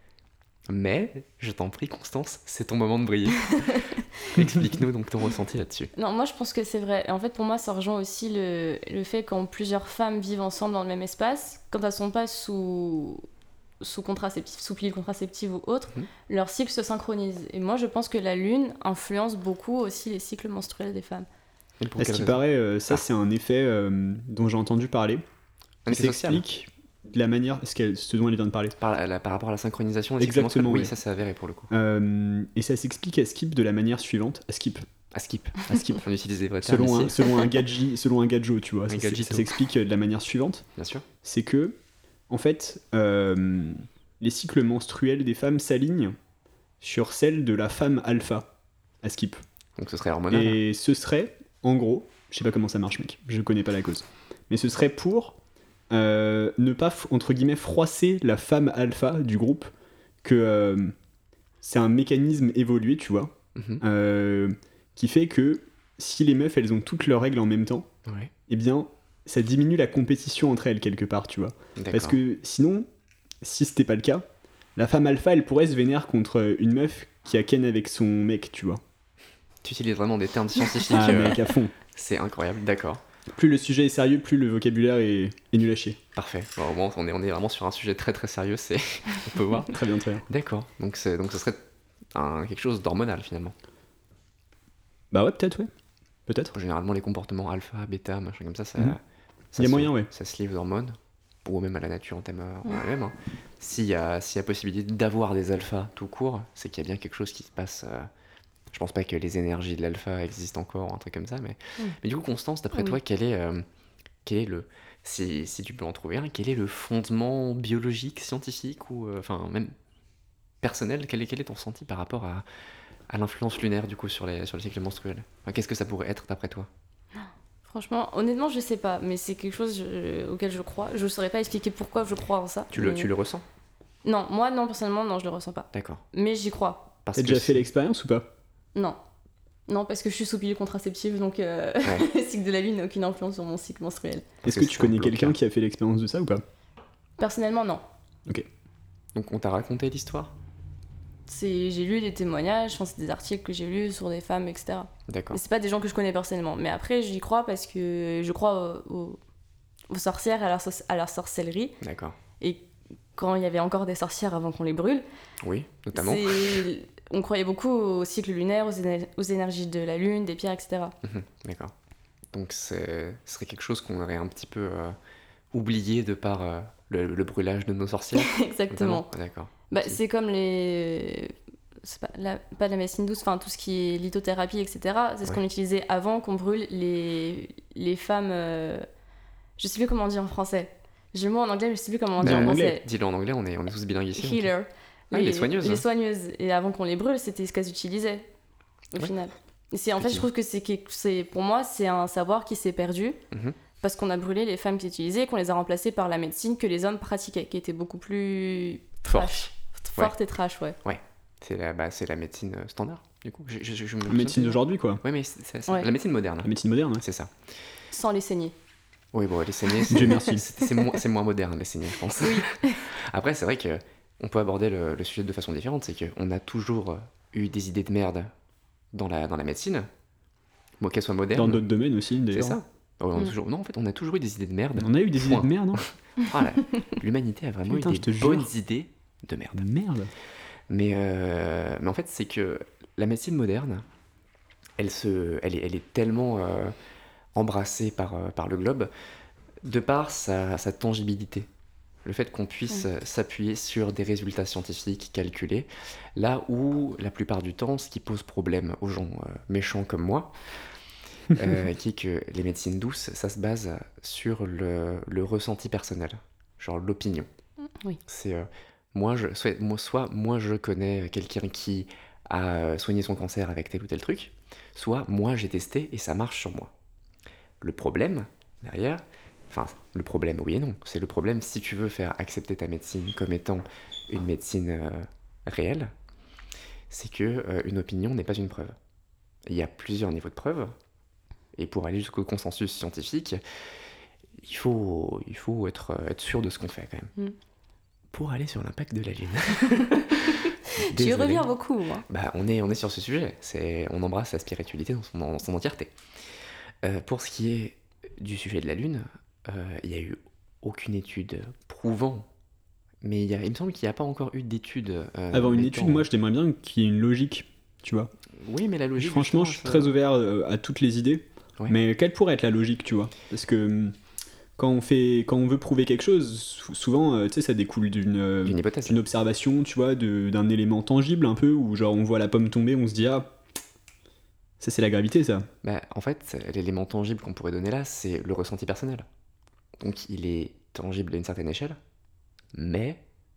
Mais, je t'en prie, Constance, c'est ton moment de briller. Explique-nous donc ton ressenti là-dessus. Non, moi, je pense que c'est vrai. Et en fait, pour moi, ça rejoint aussi le, le fait quand plusieurs femmes vivent ensemble dans le même espace, quand elles sont pas sous sous contraceptif, sous pilule contraceptive ou autre, Mhm. leur cycle se synchronise. Et moi, je pense que la Lune influence beaucoup aussi les cycles menstruels des femmes. Et pour À ce quelle qui raison? paraît, euh, ça, Ah. c'est un effet euh, dont j'ai entendu parler. Un Ça effet social. s'explique de la manière. Ce, qu'elle- ce dont elle vient de parler. Par, la- par rapport à la synchronisation des cycles Exactement, menstruels. Oui, oui. ça c'est avéré pour le coup. Euh, et ça s'explique à Skip de la manière suivante. À Skip. À skip. À Skip. On utilise des vrais termes selon, un, ici, selon un gadget, selon un gadget, tu vois. Un Ça, c'est- gadgeto. ça s'explique de la manière suivante. bien sûr. C'est que, en fait, euh, les cycles menstruels des femmes s'alignent sur celles de la femme alpha. À Skip. Donc ce serait hormonal. Et ce serait, en gros, je sais pas comment ça marche, mec, je connais pas la cause, mais ce serait pour euh, ne pas, f- entre guillemets, froisser la femme alpha du groupe, que euh, c'est un mécanisme évolué, tu vois, Mhm. euh, qui fait que si les meufs, elles ont toutes leurs règles en même temps, Ouais. eh bien, ça diminue la compétition entre elles, quelque part, tu vois. D'accord. Parce que sinon, si c'était pas le cas, la femme alpha, elle pourrait se vénérer contre une meuf qui a ken avec son mec, tu vois. Tu utilises vraiment des termes scientifiques. Ah, euh, mec, à fond. C'est incroyable, d'accord. Plus le sujet est sérieux, plus le vocabulaire est, est nul à chier. Parfait. Bon, au moins, on est, on est vraiment sur un sujet très très sérieux, c'est... on peut voir. Très bien, très bien. D'accord. Donc, c'est, donc ce serait un, quelque chose d'hormonal finalement. Bah ouais, peut-être, ouais. Peut-être. Généralement, les comportements alpha, bêta, machin comme ça, ça, Mhm. ça Il y a se- moyen, ouais. ça se livre aux hormones, ou même à la nature en, thème, euh, en elle-même. hein. S'il y a, s'il y a possibilité d'avoir des alphas tout court, c'est qu'il y a bien quelque chose qui se passe. euh, Je pense pas que les énergies de l'alpha existent encore, ou un truc comme ça, mais, Mm. mais du coup, Constance, d'après Oui. toi, quel est, euh, quel est le, si, si tu peux en trouver un, quel est le fondement biologique, scientifique, ou euh, enfin même personnel, quel est, quel est ton ressenti par rapport à, à l'influence lunaire du coup sur les, sur les cycles menstruels? Enfin, qu'est-ce que ça pourrait être d'après toi? Franchement, honnêtement, je sais pas, mais c'est quelque chose je- auquel je crois. Je saurais pas expliquer pourquoi je crois en ça. Tu le, mais- tu le ressens? Non, moi, non, personnellement, non, je le ressens pas. D'accord. Mais j'y crois. Parce T'as que déjà c'est- fait l'expérience ou pas? Non. Non, parce que je suis sous pilule contraceptive, donc euh, Ouais. le cycle de la lune n'a aucune influence sur mon cycle menstruel. Parce Est-ce que que tu c'est un connais bloqueur. quelqu'un qui a fait l'expérience de ça ou pas? Personnellement, non. Donc on t'a raconté l'histoire? C'est, j'ai lu des témoignages, enfin, c'est des articles que j'ai lus sur des femmes, et cetera. D'accord. Mais c'est pas des gens que je connais personnellement. Mais après, j'y crois parce que je crois aux, aux- aux sorcières, à leur, sor- à leur sorcellerie. D'accord. Et quand il y avait encore des sorcières avant qu'on les brûle. Oui, notamment. C'est... On croyait beaucoup au cycle lunaire, aux, éner- aux énergies de la lune, des pierres, et cetera. Mhm, d'accord. Donc c'est... ce serait quelque chose qu'on aurait un petit peu euh, oublié de par euh, le, le brûlage de nos sorcières. Exactement. Ah, d'accord. Bah, Ok. c'est comme les... C'est pas, la... pas la médecine douce, enfin tout ce qui est lithothérapie, et cetera. C'est ce Ouais. qu'on utilisait avant qu'on brûle les, les femmes... euh, Je sais plus comment on dit en français. J'ai le mot en anglais, mais je sais plus comment on dit Dis en en français. anglais. Dis-le en anglais, on est, on est tous bilingues ici. donc. Healer. Ah, les soigneuses. Les soigneuses. Et avant qu'on les brûle, c'était ce qu'elles utilisaient, au Ouais. final. Et c'est, en fait, je trouve que c'est, quelque- c'est, pour moi, c'est un savoir qui s'est perdu, Mhm. parce qu'on a brûlé les femmes qui utilisaient, qu'on les a remplacées par la médecine que les hommes pratiquaient, qui était beaucoup plus Forte. trash. Forte et trash, ouais. C'est la, bah, c'est la médecine euh, standard, du coup. Je, je, je, je me La médecine d'aujourd'hui, quoi. Oui, mais c'est, c'est- c'est Ouais. la médecine moderne. La médecine moderne, ouais. C'est ça. Sans les saigner. Oui, bon, les saignées, c'est, Dieu merci. c'est, c'est moins, c'est moins moderne, les saignées, je pense. Après, c'est vrai que on peut aborder le, le sujet de façon différente. C'est qu'on a toujours eu des idées de merde dans la, dans la médecine. Bon, qu'elles soient modernes. Dans d'autres domaines aussi, C'est d'ailleurs. ça. Oh, on a Mm. toujours... Non, en fait, on a toujours eu des idées de merde. On a eu des idées Point. de merde, hein. Ah, là, l'humanité a vraiment Putain, eu je te des jure. bonnes idées de merde. De merde. Mais, euh, mais en fait, c'est que la médecine moderne, elle, se, elle, est, elle est tellement euh, embrassée par, euh, par le globe, de par sa, sa tangibilité. Le fait qu'on puisse Mm. euh, s'appuyer sur des résultats scientifiques calculés, là où, la plupart du temps, ce qui pose problème aux gens euh, méchants comme moi, euh, qui est que les médecines douces, ça se base sur le, le ressenti personnel, genre l'opinion. Oui. C'est euh, moi, je, soit, moi, soit moi je connais quelqu'un qui a euh, soigné son cancer avec tel ou tel truc, soit moi j'ai testé et ça marche sur moi. Le problème derrière, enfin le problème oui et non, c'est le problème si tu veux faire accepter ta médecine comme étant une médecine euh, réelle, c'est que euh, une opinion n'est pas une preuve. Il y a plusieurs niveaux de preuves et pour aller jusqu'au consensus scientifique, il faut, il faut être, euh, être sûr de ce qu'on fait quand même. Mm. Pour aller sur l'impact de la Lune. Tu Désolé. reviens beaucoup, hein. Bah, on est, on est sur ce sujet. C'est, on embrasse la spiritualité dans son, dans son entièreté. Euh, pour ce qui est du sujet de la Lune, euh, il n'y a eu aucune étude prouvant, mais il, y a, il me semble qu'il n'y a pas encore eu d'étude. euh, Avant une mettant- étude, moi, je t'aimerais bien qu'il y ait une logique, tu vois. Oui, mais la logique. Franchement, je suis très ouvert euh, à toutes les idées. Ouais. Mais quelle pourrait être la logique, tu vois? Parce que hum, quand on, fait, quand on veut prouver quelque chose, sou- souvent, euh, tu sais, ça découle d'une euh, Une hypothèse. d'une observation, tu vois, de- d'un élément tangible un peu, où genre on voit la pomme tomber, on se dit, ah, ça c'est la gravité, ça. Bah, en fait, l'élément tangible qu'on pourrait donner là, c'est le ressenti personnel. Donc, il est tangible à une certaine échelle, mais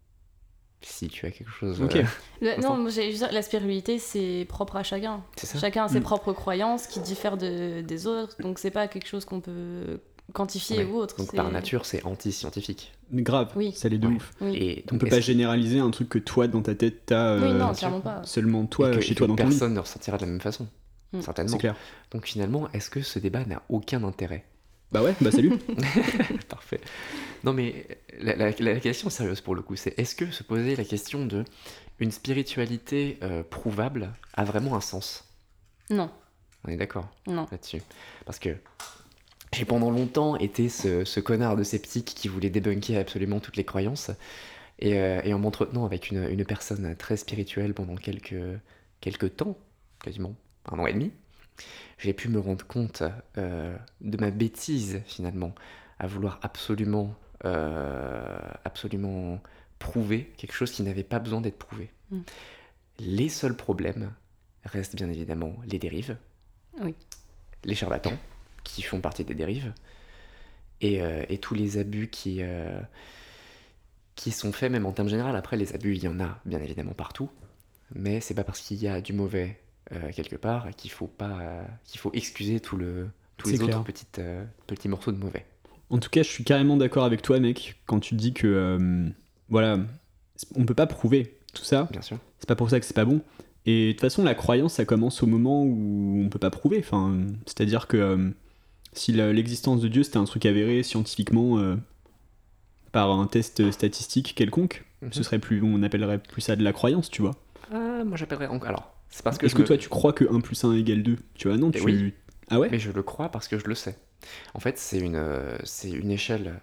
si tu as quelque chose. Ok. euh, Le- Vincent non, moi, j'allais juste dire, la spiritualité, c'est propre à chacun. c'est ça. Chacun a ses Mm. propres croyances qui diffèrent de- des autres, donc c'est pas quelque chose qu'on peut quantifier Ouais. ou autre. Donc, c'est- par nature, c'est anti-scientifique. Grave, Oui. ça l'est de Ouais. ouf. Oui. Et On donc, peut est-ce pas généraliser un truc que toi, dans ta tête, t'as Oui, euh, non, clairement pas. seulement et toi, que- chez et toi, que dans ton lit. personne ne ressentira de la même façon, Mm. certainement. C'est clair. Donc finalement, est-ce que ce débat n'a aucun intérêt? Bah ouais, bah salut. Parfait. Non mais la, la- la question sérieuse pour le coup, c'est est-ce que se poser la question de une spiritualité euh, prouvable a vraiment un sens? Non, On est d'accord non. là-dessus. Parce que j'ai pendant longtemps été ce, ce connard de sceptique qui voulait débunker absolument toutes les croyances. Et, euh, et en m'entretenant avec une, une personne très spirituelle pendant quelques, quelques temps, quasiment un an et demi, j'ai pu me rendre compte euh, de ma bêtise finalement, à vouloir absolument, euh, absolument prouver quelque chose qui n'avait pas besoin d'être prouvé. Mm. Les seuls problèmes restent bien évidemment les dérives, Oui. les charlatans, qui font partie des dérives, et, euh, et tous les abus qui, euh, qui sont faits, même en termes généraux. Après, les abus, il y en a bien évidemment partout, mais c'est pas parce qu'il y a du mauvais euh, quelque part qu'il faut, pas, euh, qu'il faut excuser tout le, tous C'est les clair. autres petites, euh, petits morceaux de mauvais. En tout cas, je suis carrément d'accord avec toi, mec, quand tu dis que, euh, voilà, on peut pas prouver tout ça. Bien sûr. C'est pas pour ça que c'est pas bon. Et de toute façon, la croyance, ça commence au moment où on peut pas prouver. Enfin, c'est-à-dire que euh, si la- l'existence de Dieu c'était un truc avéré scientifiquement euh, par un test statistique quelconque, Mhm. ce serait plus, on appellerait plus ça de la croyance, tu vois. Ah, moi j'appellerais encore. Alors, c'est parce que Est-ce je que me- toi tu crois que un plus un égale deux? Tu vois, non, Eh tu. oui. Ah ouais? Mais je le crois parce que je le sais. En fait, c'est une, euh, c'est une échelle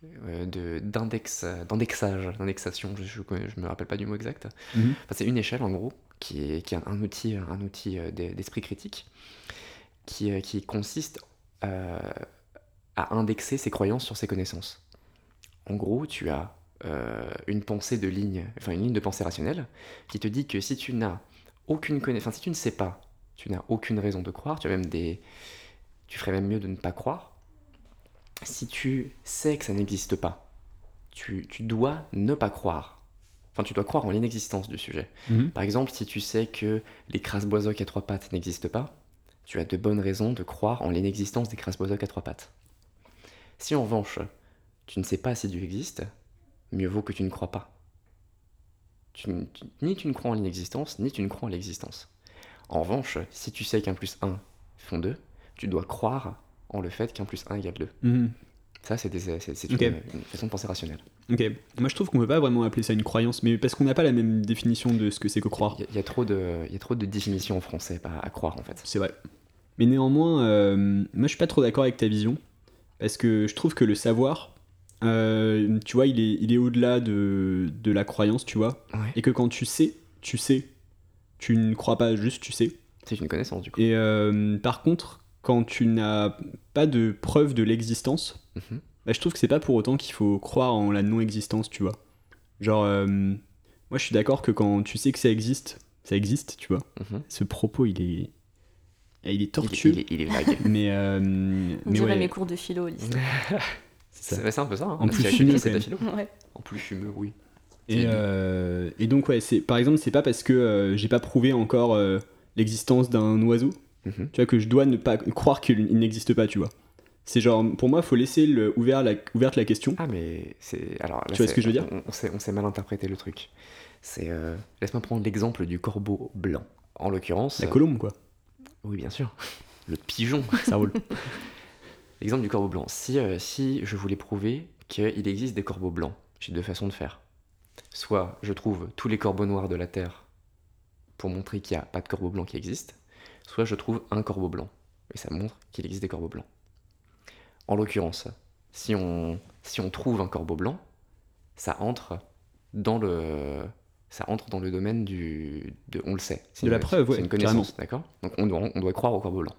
euh, de, d'index, d'indexage, d'indexation, je ne me rappelle pas du mot exact. Mhm. Enfin, c'est une échelle en gros, qui est, qui est un outil, un outil euh, d'esprit critique, qui, euh, qui consiste euh, à indexer ses croyances sur ses connaissances. En gros, tu as euh, une pensée de ligne, enfin une ligne de pensée rationnelle, qui te dit que si tu n'as aucune connaissance, enfin si tu ne sais pas, tu n'as aucune raison de croire, tu as même des, tu ferais même mieux de ne pas croire. Si tu sais que ça n'existe pas, tu, tu dois ne pas croire. Enfin, tu dois croire en l'inexistence du sujet. Mhm. Par exemple, si tu sais que les crasse-boisocs à trois pattes n'existent pas, tu as de bonnes raisons de croire en l'inexistence des crasse-boisocs à trois pattes. Si en revanche, tu ne sais pas si Dieu existe, mieux vaut que tu ne crois pas. Tu, tu, ni tu ne crois en l'inexistence, ni tu ne crois en l'existence. En revanche, si tu sais qu'un plus un font deux, tu dois croire en le fait qu'un plus un égale deux. Mhm. Ça, c'est, des, c'est, c'est Okay. une, une façon de penser rationnelle. Ok, moi je trouve qu'on peut pas vraiment appeler ça une croyance, mais parce qu'on n'a pas la même définition de ce que c'est que croire. Il y, y, a trop de, y a trop de définitions en français à, à croire, en fait. C'est vrai. Mais néanmoins, euh, moi je suis pas trop d'accord avec ta vision, parce que je trouve que le savoir, euh, tu vois, il est, il est au-delà de, de la croyance, tu vois, Ouais. et que quand tu sais, tu sais. Tu ne crois pas juste, tu sais. C'est une connaissance, du coup. Et euh, par contre, quand tu n'as pas de preuve de l'existence, Mm-hmm. bah, je trouve que c'est pas pour autant qu'il faut croire en la non-existence, tu vois. Genre, euh, moi je suis d'accord que quand tu sais que ça existe, ça existe, tu vois. Mm-hmm. Ce propos, il est, il est Il, tortueux, il, est, il est vague. mais, euh, On mais dirait ouais, mes cours de philo, l'histoire. c'est ça. C'est, c'est un peu ça. Hein. En plus La fumeux, philo, c'est quand la même. philo. Ouais. En plus fumeux, oui. Et, euh, et donc ouais, c'est, par exemple, c'est pas parce que euh, j'ai pas prouvé encore euh, l'existence d'un oiseau, Mm-hmm. tu vois, que je dois ne pas croire qu'il n'existe pas, tu vois. C'est genre, pour moi, faut laisser le, ouvert la, ouverte la question. Ah, mais c'est. Alors, là, Tu vois c'est- ce que je veux dire on, on, s'est, on s'est mal interprété le truc. C'est. Euh... Laisse-moi prendre l'exemple du corbeau blanc. En l'occurrence. La colombe, quoi. euh, Oui, bien sûr. Le pigeon. Ça roule. L'exemple du corbeau blanc. Si, euh, si je voulais prouver qu'il existe des corbeaux blancs, j'ai deux façons de faire. Soit je trouve tous les corbeaux noirs de la Terre pour montrer qu'il n'y a pas de corbeau blanc qui existe, soit je trouve un corbeau blanc. Et ça montre qu'il existe des corbeaux blancs. En l'occurrence, si on, si on trouve un corbeau blanc, ça entre dans le, ça entre dans le domaine du, de, on le sait. C'est De une, la preuve, c'est ouais, une connaissance, d'accord ? Donc on doit, on doit croire au corbeau blanc.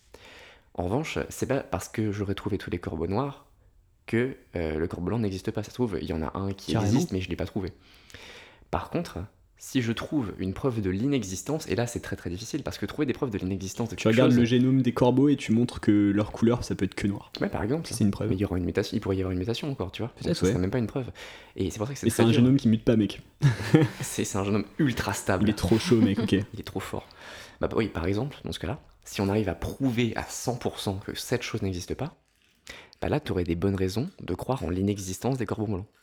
En revanche, c'est pas parce que j'aurais trouvé tous les corbeaux noirs que euh, le corbeau blanc n'existe pas. Ça se trouve, il y en a un qui Carrément. existe, mais je l'ai pas trouvé. Par contre, si je trouve une preuve de l'inexistence, et là c'est très très difficile, parce que trouver des preuves de l'inexistence de Tu quelque regardes chose, le génome des corbeaux et tu montres que leur couleur, ça peut être que noir. ouais, par exemple, C'est une preuve. mais il y aura une mutation, il pourrait y avoir une mutation encore, tu vois. Peut-être, Donc, ça ouais. serait même pas une preuve. Et c'est pour ça que c'est Et très c'est un dur. génome qui mute pas, mec. C'est, c'est un génome ultra stable. Il est trop chaud, mec, ok. Il est trop fort. Bah, bah oui, par exemple, dans ce cas-là, si on arrive à prouver à cent pour cent que cette chose n'existe pas, bah là, tu aurais des bonnes raisons de croire en l'inexistence des corbeaux blancs.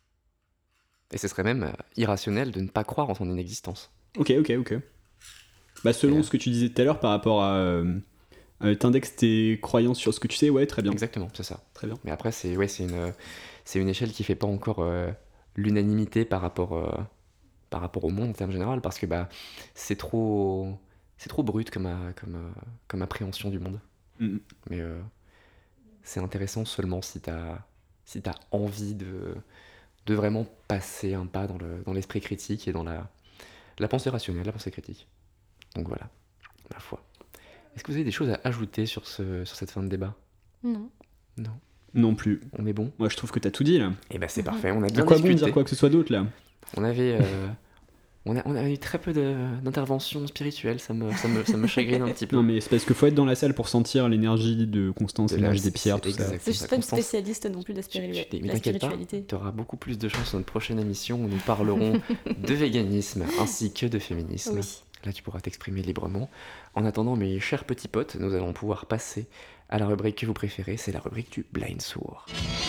Et ce serait même euh, irrationnel de ne pas croire en son inexistence. Ok, ok, ok. Bah, selon Et, euh, ce que tu disais tout à l'heure par rapport à. Euh, euh, T'indexes tes croyances sur ce que tu sais, ouais, très bien. Exactement, c'est ça. Très bien. Mais après, c'est, ouais, c'est, une, c'est une échelle qui fait pas encore euh, l'unanimité par rapport, euh, par rapport au monde en termes général, parce que bah, c'est, trop, c'est trop brut comme, euh, comme, euh, comme appréhension du monde. Mm. Mais euh, c'est intéressant seulement si t'as, si t'as envie de, de vraiment passer un pas dans, le, dans l'esprit critique et dans la, la pensée rationnelle, la pensée critique. Donc voilà, ma foi. Est-ce que vous avez des choses à ajouter sur, ce, sur cette fin de débat ? Non. Non. Non plus. On est bon ? Moi, je trouve que t'as tout dit, là. Eh ben c'est Mhm. parfait, on a À bien quoi bon discuté. dire quoi que ce soit d'autre, là? On avait, euh, on, a, on a eu très peu de, d'interventions spirituelles, ça me, ça, me, ça me chagrine un petit peu. Non, mais c'est parce qu'il faut être dans la salle pour sentir l'énergie de Constance, De la- l'énergie des c'est- pierres, c'est tout ça. exact. C'est juste ça, pas une Constance. spécialiste non plus de la, Tu- spiritualité. tu- mais la t'inquiète pas, spiritualité. tu auras beaucoup plus de chance dans notre prochaine émission où nous parlerons de véganisme ainsi que de féminisme. Oui. Là, tu pourras t'exprimer librement. En attendant, mes chers petits potes, nous allons pouvoir passer à la rubrique que vous préférez, c'est la rubrique du blind sourd.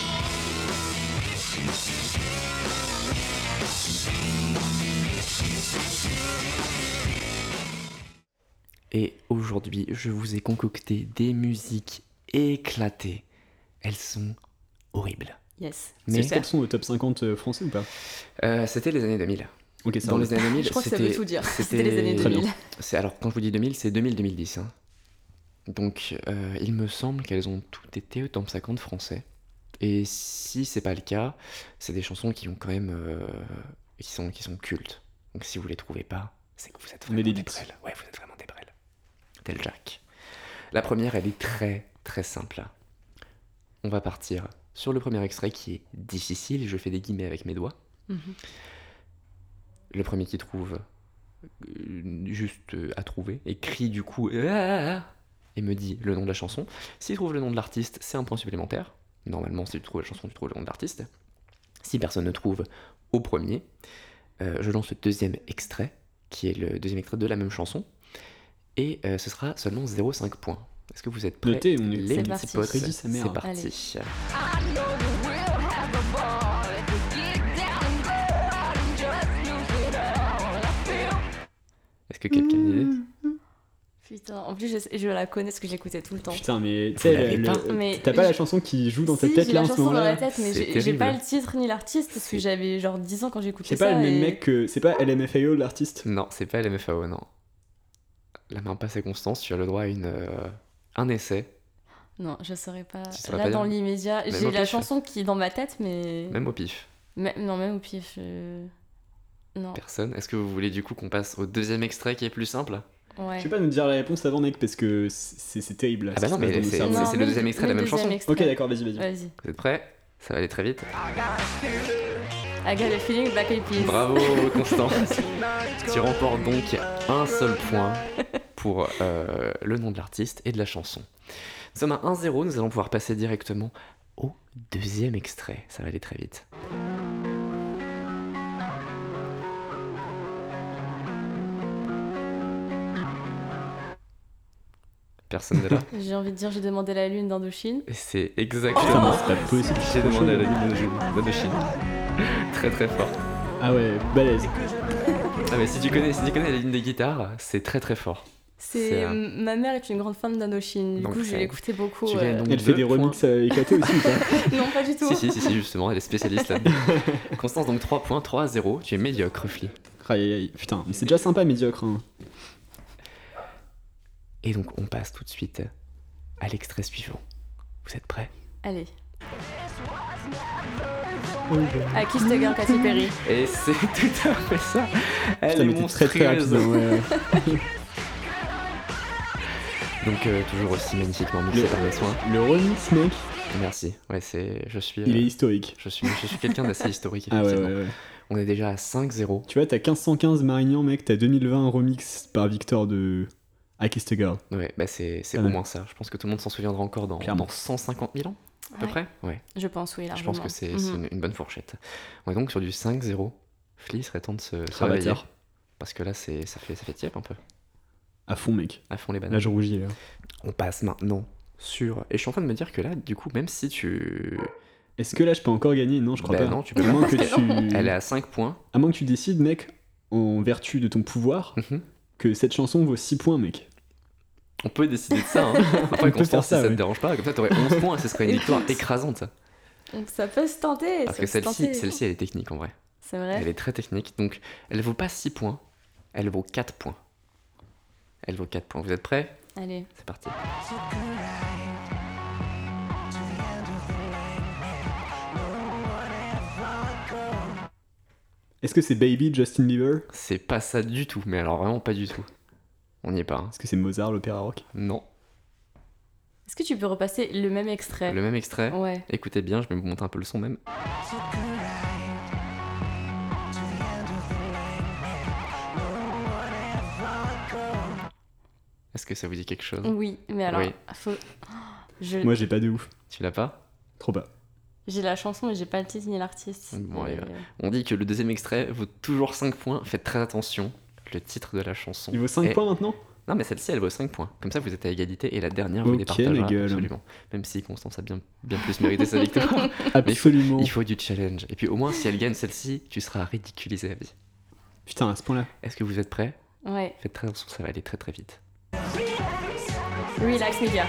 Et aujourd'hui, je vous ai concocté des musiques éclatées. Elles sont horribles. Yes. Mais- Est-ce qu'elles sont au top cinquante euh, français ou pas? Euh, c'était les années deux mille. Ok, ça Dans roule. les années deux mille, Je crois que ça c'était- veut tout dire. c'était- C'était les années Très deux mille. bien. C'est, alors, quand je vous dis deux mille, c'est deux mille deux mille dix. Hein. Donc, euh, il me semble qu'elles ont toutes été au top cinquante français. Et si c'est pas le cas, c'est des chansons qui ont quand même euh, qui sont qui sont cultes. Donc si vous les trouvez pas, c'est que vous êtes On est vraiment des des dupes. brels. Ouais, vous êtes vraiment des brels. Tel Jack. La première, elle est très très simple. On va partir sur le premier extrait qui est difficile. Je fais des guillemets avec mes doigts. Mhm. Le premier qui trouve euh, juste euh, à trouver et crie du coup ah et me dit le nom de la chanson. S'il trouve le nom de l'artiste, c'est un point supplémentaire. Normalement, si tu trouves la chanson, tu trouves le nom de l'artiste. Si personne ne trouve au premier, euh, je lance le deuxième extrait, qui est le deuxième extrait de la même chanson, et euh, ce sera seulement zéro virgule cinq points. Est-ce que vous êtes prêts? Notez, on est- les C'est petits parti. potes? Prédit sa mère. C'est parti. Est-ce que quelqu'un a une idée? Putain, en plus, je, je la connais parce que j'écoutais tout le temps. Putain, mais tu Vous sais, l'avez le- pas le- Mais t'as pas la je- chanson qui joue dans ta Si, tête j'ai là la en ce chanson dans la moment-là? tête, mais C'est j'ai j'ai terrible. pas le titre ni l'artiste parce que C'est- j'avais genre dix ans quand j'écoutais C'est ça. pas le même et- mec que. C'est pas L M F A O l'artiste? Non, c'est pas L M F A O, non. La main passe et Constance, tu as le droit à une, euh, un essai, Non, je saurais pas. Tu saurais Là, pas dans dire l'immédiat, Même j'ai au la pif. chanson qui est dans ma tête, mais. même au pif. Mais- Non, même au pif. je- Non. Personne. Est-ce que vous voulez du coup qu'on passe au deuxième extrait qui est plus simple? Ouais. Je vais pas nous dire la réponse avant, mec, parce que c'est c'est terrible. là, Ah bah ce non, qui se mais passe dans c'est- nos cerveaux. Non, c'est le mais deuxième extrait de la mais même le deuxième chanson. extrait. Ok, d'accord, vas-y, vas-y. Vas-y. Vous êtes prêts? Ça va aller très vite. I got a feeling, Black Eyed Peas. Bravo Constance. Tu remportes donc un seul point pour euh, le nom de l'artiste et de la chanson. Nous sommes à un zéro, nous allons pouvoir passer directement au deuxième extrait. Ça va aller très vite. Personne n'est là. J'ai envie de dire, j'ai demandé la lune d'Indochine. Et c'est Putain, exactement. mais c'est pas possible. J'ai demandé à la ligne de Chine. Très très fort. Ah ouais, balèze. Ah mais si tu connais, si tu connais la ligne des guitares, c'est très très fort. C'est, C'est euh, Ma mère est une grande fan d'Indochine. Du Donc, coup, je c'est- l'écoutais beaucoup. tu euh, gagnes donc Elle fait deux des points. remixes euh, éclatés aussi ou pas? Non, pas du tout. Si, si, si, si, justement, elle est spécialiste là-dedans. Constance, donc trois points, trois à zéro. Tu es médiocre, Fli. Aïe aïe aïe. Putain, mais c'est déjà sympa, médiocre. Hein. Et donc, on passe tout de suite à l'extrait suivant. Vous êtes prêts? Allez. À Kiss the Girl, Katy Perry. Et c'est tout à fait ça. Elle Putain, est mais t'es très très rapide. monstrueuse. hein, ouais, ouais. Donc, euh, toujours aussi magnifiquement mixé Le- par mes soins. Le remix, mec, Merci. Ouais, c'est. Je suis. il euh, est historique. Je suis, je suis quelqu'un d'assez historique, Ah ouais, effectivement. ouais, ouais. On est déjà à cinq zéro. Tu vois, t'as quinze cent quinze Marignan, mec, t'as deux mille vingt remix par Victor de I Kissed a Girl. Ouais, bah c'est, c'est Ah au ouais. moins ça. Je pense que tout le monde s'en souviendra encore dans, Clairement. dans cent cinquante mille ans, à peu Ouais. près. Ouais. Je pense, oui, Je largement. pense que c'est, Mhm. c'est une, une bonne fourchette. On est donc sur du cinq zéro. Fli, il serait temps de se, se Ah, réveiller. bâtard. Parce que là, c'est, ça fait, ça fait tiep un peu. À fond, mec. À fond les bananes. Là, je rougis, là. On passe maintenant sur. Et je suis en train de me dire que là, du coup, même si tu. Est-ce que là, je peux encore gagner? Non, je crois Bah pas. non, tu peux à pas, moins que parce tu... Elle est à cinq points. À moins que tu décides, mec, en vertu de ton pouvoir, Mhm. que cette chanson vaut six points, mec. On peut décider de ça. Hein. Après, On peut Constance, faire si ça, ça te ouais. dérange pas, comme ça, t'aurais onze points et ce serait une victoire écrasante. Donc ça peut se tenter. Parce ça que peut se celle-ci, tenter. celle-ci, elle est technique en vrai. C'est vrai. Elle est très technique. Donc, elle vaut pas six points. Elle vaut quatre points. Elle vaut quatre points. Vous êtes prêts? Allez. C'est parti. Est-ce que c'est Baby Justin Bieber? C'est pas ça du tout, mais alors vraiment pas du tout. On n'y est pas. hein. Est-ce que c'est Mozart, l'opéra rock? Non. Est-ce que tu peux repasser le même extrait? Le même extrait. Ouais. Écoutez bien, je vais vous monter un peu le son même. Est-ce que ça vous dit quelque chose? Oui, mais alors, Oui. faut... Je... Moi, j'ai pas de ouf. Tu l'as pas? Trop bas. J'ai la chanson, mais j'ai pas le titre ni l'artiste. Bon, allez, Euh, On dit que le deuxième extrait vaut toujours cinq points. Faites très attention. Le titre de la chanson. Il vaut cinq est- points maintenant? Non, mais celle-ci, elle vaut cinq points. Comme ça, vous êtes à égalité et la dernière, vous Ok, les partagera ma gueule. absolument. Même si Constance a bien, bien plus mérité sa victoire. Absolument. Il faut du challenge. Et puis au moins, si elle gagne celle-ci, tu seras ridiculisé à vie. Putain, à ce point-là. Est-ce que vous êtes prêts? Ouais. Faites très attention, ça va aller très très vite. Relax Media.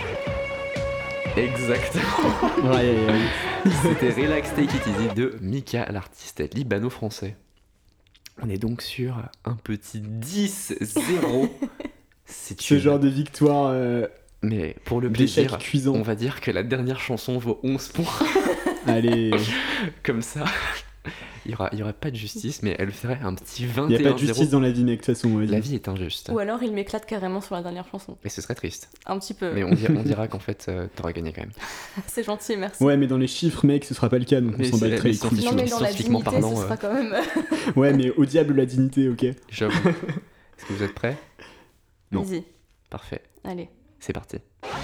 Exactement. Aïe, aïe, aïe. C'était Relax Take It Easy de Mika, l'artiste libano-français. On est donc sur un petit dix zéro. C'est Ce une- genre de victoire euh, Mais pour le Des sacs plaisir, cuisants. on va dire que la dernière chanson vaut onze points. Allez, Comme ça, il n'y aura, il y aura pas de justice, mais elle ferait un petit il vingt n'y et a pas un de justice zéro. dans la vie, mec, de toute façon. vas-y. La vie est injuste. Ou alors il m'éclate carrément sur la dernière chanson. Et ce serait triste. Un petit peu. Mais on dira, on dira qu'en fait, euh, t'auras gagné quand même. C'est gentil, merci. Ouais, mais dans les chiffres, mec, ce sera pas le cas, donc on Mais s'en bat c'est- très mais les couilles. Non mais dans la Scientifiquement dignité, parlant, ce euh. sera quand même... Ouais, mais au diable la dignité, ok. J'avoue. Est-ce que vous êtes prêts? Non. Vas-y, Parfait. allez. C'est parti.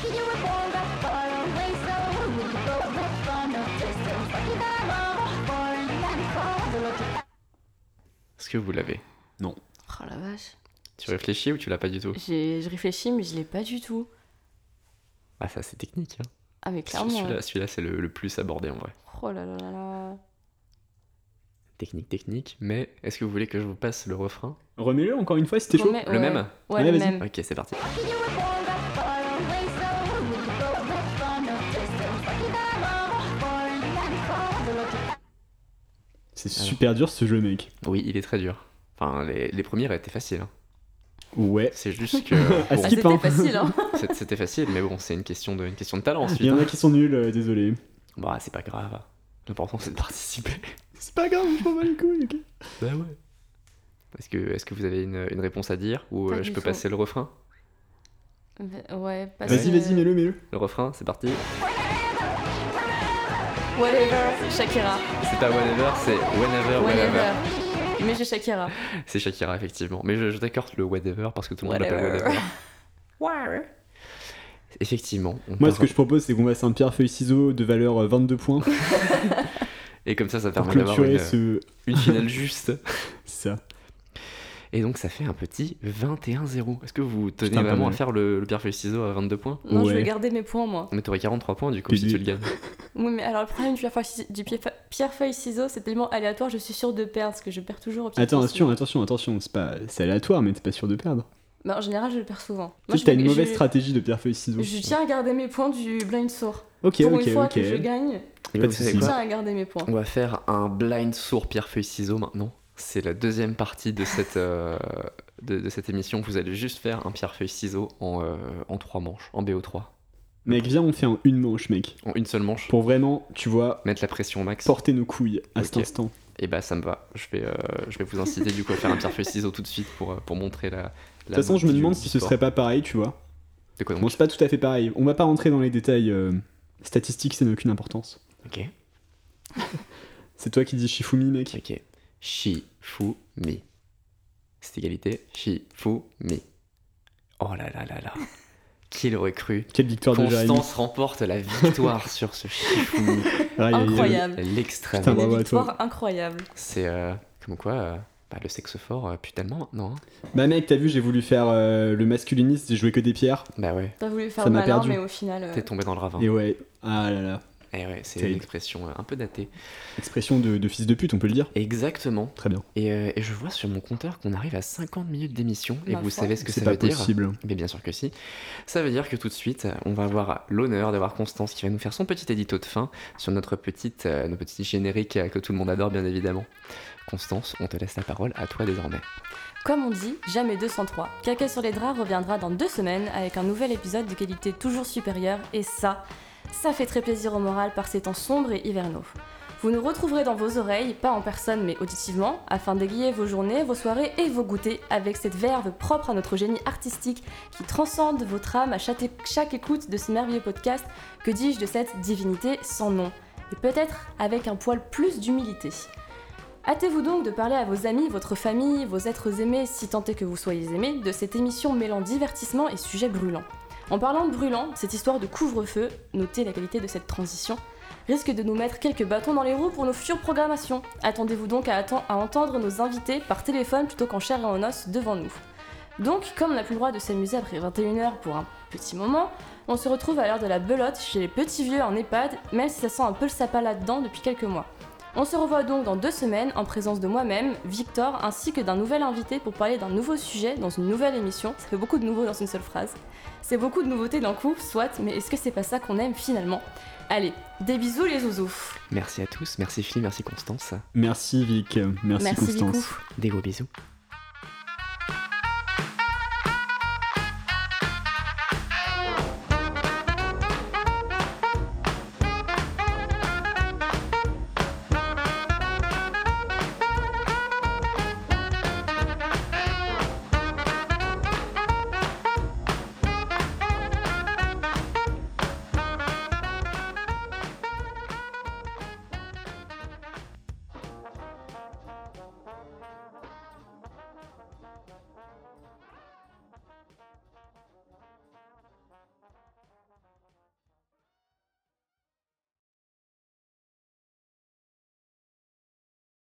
Est-ce que vous l'avez? Oh la vache. Tu réfléchis ou tu l'as pas du tout? J'ai je réfléchis mais je l'ai pas du tout. Ah, ça c'est technique. Hein. Ah mais clairement. Celui-là, celui-là, c'est le, le plus abordé en vrai. Oh là là là là. Technique, technique. Mais est-ce que vous voulez que je vous passe le refrain? Remets-le encore une fois si t'es chaud. Remets- Le ouais. même? Ouais, Ouais, le vas-y. même. Ok, c'est parti. C'est Alors. super dur ce jeu, mec. Oui, il est très dur. Enfin, les, les premières étaient faciles. hein. Ouais. C'est juste que. Ah, bon, Ah, skip, c'était hein. facile hein. c'est- c'était facile, mais bon, c'est une question de, une question de talent ensuite. Il y en hein. a qui sont nuls, euh, désolé. Bah, c'est pas grave. L'important, c'est de participer. C'est pas grave, je m'en bats les couilles, ok. Bah ouais. Est-ce que, est-ce que vous avez une, une réponse à dire? Ou Pas euh, du je peux tout. passer le refrain? Ouais, parce Vas-y, que- vas-y, mets-le, mets-le. Le refrain, c'est parti. Whatever, Shakira. C'est pas whatever, c'est whenever, whenever. Whatever. Mais j'ai Shakira. C'est Shakira, effectivement. Mais je, je t'accorde le whatever parce que tout le monde l'appelle Whatever. whatever. Effectivement. on Moi, part- ce que je propose, c'est qu'on fasse un pierre-feuille-ciseau de valeur euh, vingt-deux points Et comme ça, ça pour permet d'avoir clôturer une, ce. une finale juste. C'est ça. Et donc, ça fait un petit vingt et un zéro. Est-ce que vous tenez Putain, pas vraiment à mal. faire le, le pierre-feuille-ciseau à vingt-deux points? Non, je Ouais. vais garder mes points moi. Mais t'aurais quarante-trois points du coup Puis si lui- tu le gagnes. Oui, mais alors le problème du pierre-feuille- du pierre- pierre-feuille-ciseau, c'est tellement aléatoire, je suis sûre de perdre parce que je perds toujours au pierre-feuille-ciseau. Attention, attention, attention, c'est pas... c'est aléatoire, mais t'es pas sûr de perdre. Bah, en général, je le perds souvent. Tu sais je que t'as vais- une mauvaise je- stratégie de pierre-feuille-ciseau. Je tiens à garder mes points du blind sourd. Ok, Pour ok, une fois ok. que je gagne, Et Pas bah, de vous savez soucis. je quoi tiens à garder mes points. On va faire un blind sourd pierre-feuille-ciseau maintenant. C'est la deuxième partie de cette, euh, de, de cette émission. Vous allez juste faire un pierre-feuille-ciseau en, euh, en trois manches, en B O trois. Mec, viens, on fait en une manche, mec. En une seule manche. Pour vraiment, tu vois, Mettre la pression au max. porter nos couilles à cet Ok. instant. Et bah ça me va. Je vais, euh, je vais vous inciter du coup à faire un pierre-feuille-ciseau tout de suite pour, euh, pour montrer la. De toute façon, je me demande si ce serait pas pareil, tu vois. De quoi donc? Bon, c'est pas tout à fait pareil. On va pas rentrer dans les détails euh, statistiques, ça n'a aucune importance. Ok. C'est toi qui dis Shifumi, mec. Ok. Shifumi. C'est égalité. Shifumi. Oh là là là là. Qui l'aurait cru? Quelle victoire de Jérémy. Constance remporte la victoire sur ce Shifumi. Aïe, aïe, aïe. Incroyable. L'extrême. Putain, Une bravo à victoire toi. incroyable. C'est euh, comme quoi euh, bah, le sexe fort, euh, pue tellement maintenant. Hein. Bah, mec, t'as vu, j'ai voulu faire euh, le masculiniste, j'ai joué que des pierres. Bah ouais, T'as voulu faire Ça le m'a malin, perdu. mais au final. euh, t'es tombé dans le ravin. Et ouais, ah là là. Et ouais, c'est Terrible. une expression euh, un peu datée. Expression de, de fils de pute, on peut le dire. Exactement. Très bien. Et, euh, et je vois sur mon compteur qu'on arrive à cinquante minutes d'émission. Et Ma vous foi. savez ce que C'est ça pas veut dire? possible. Mais bien sûr que si. Ça veut dire que tout de suite, on va avoir l'honneur d'avoir Constance qui va nous faire son petit édito de fin sur notre petite, euh, nos petits génériques euh, que tout le monde adore bien évidemment. Constance, on te laisse la parole, à toi désormais. Comme on dit, jamais deux cent trois. Caca sur les draps reviendra dans deux semaines avec un nouvel épisode de qualité toujours supérieure et ça, ça fait très plaisir au moral par ces temps sombres et hivernaux. Vous nous retrouverez dans vos oreilles, pas en personne mais auditivement, afin d'aiguiller vos journées, vos soirées et vos goûters avec cette verve propre à notre génie artistique qui transcende votre âme à chaque, chaque écoute de ce merveilleux podcast, que dis-je de cette divinité sans nom, et peut-être avec un poil plus d'humilité. Hâtez-vous donc de parler à vos amis, votre famille, vos êtres aimés, si tant est que vous soyez aimés, de cette émission mêlant divertissement et sujets brûlants. En parlant de brûlant, cette histoire de couvre-feu, notez la qualité de cette transition, risque de nous mettre quelques bâtons dans les roues pour nos futures programmations. Attendez-vous donc à, atten- à entendre nos invités par téléphone plutôt qu'en chair et en os devant nous. Donc, comme on n'a plus le droit de s'amuser après vingt et une heures pour un petit moment, on se retrouve à l'heure de la belote chez les petits vieux en EHPAD, même si ça sent un peu le sapin là-dedans depuis quelques mois. On se revoit donc dans deux semaines en présence de moi-même, Victor, ainsi que d'un nouvel invité pour parler d'un nouveau sujet dans une nouvelle émission. Ça fait beaucoup de nouveaux dans une seule phrase. C'est beaucoup de nouveautés d'un coup, soit, mais est-ce que c'est pas ça qu'on aime finalement? Allez, des bisous les zouzous. Merci à tous, merci Philippe, merci Constance. Merci Vic, merci, Merci Constance. Vicou. Des gros bisous.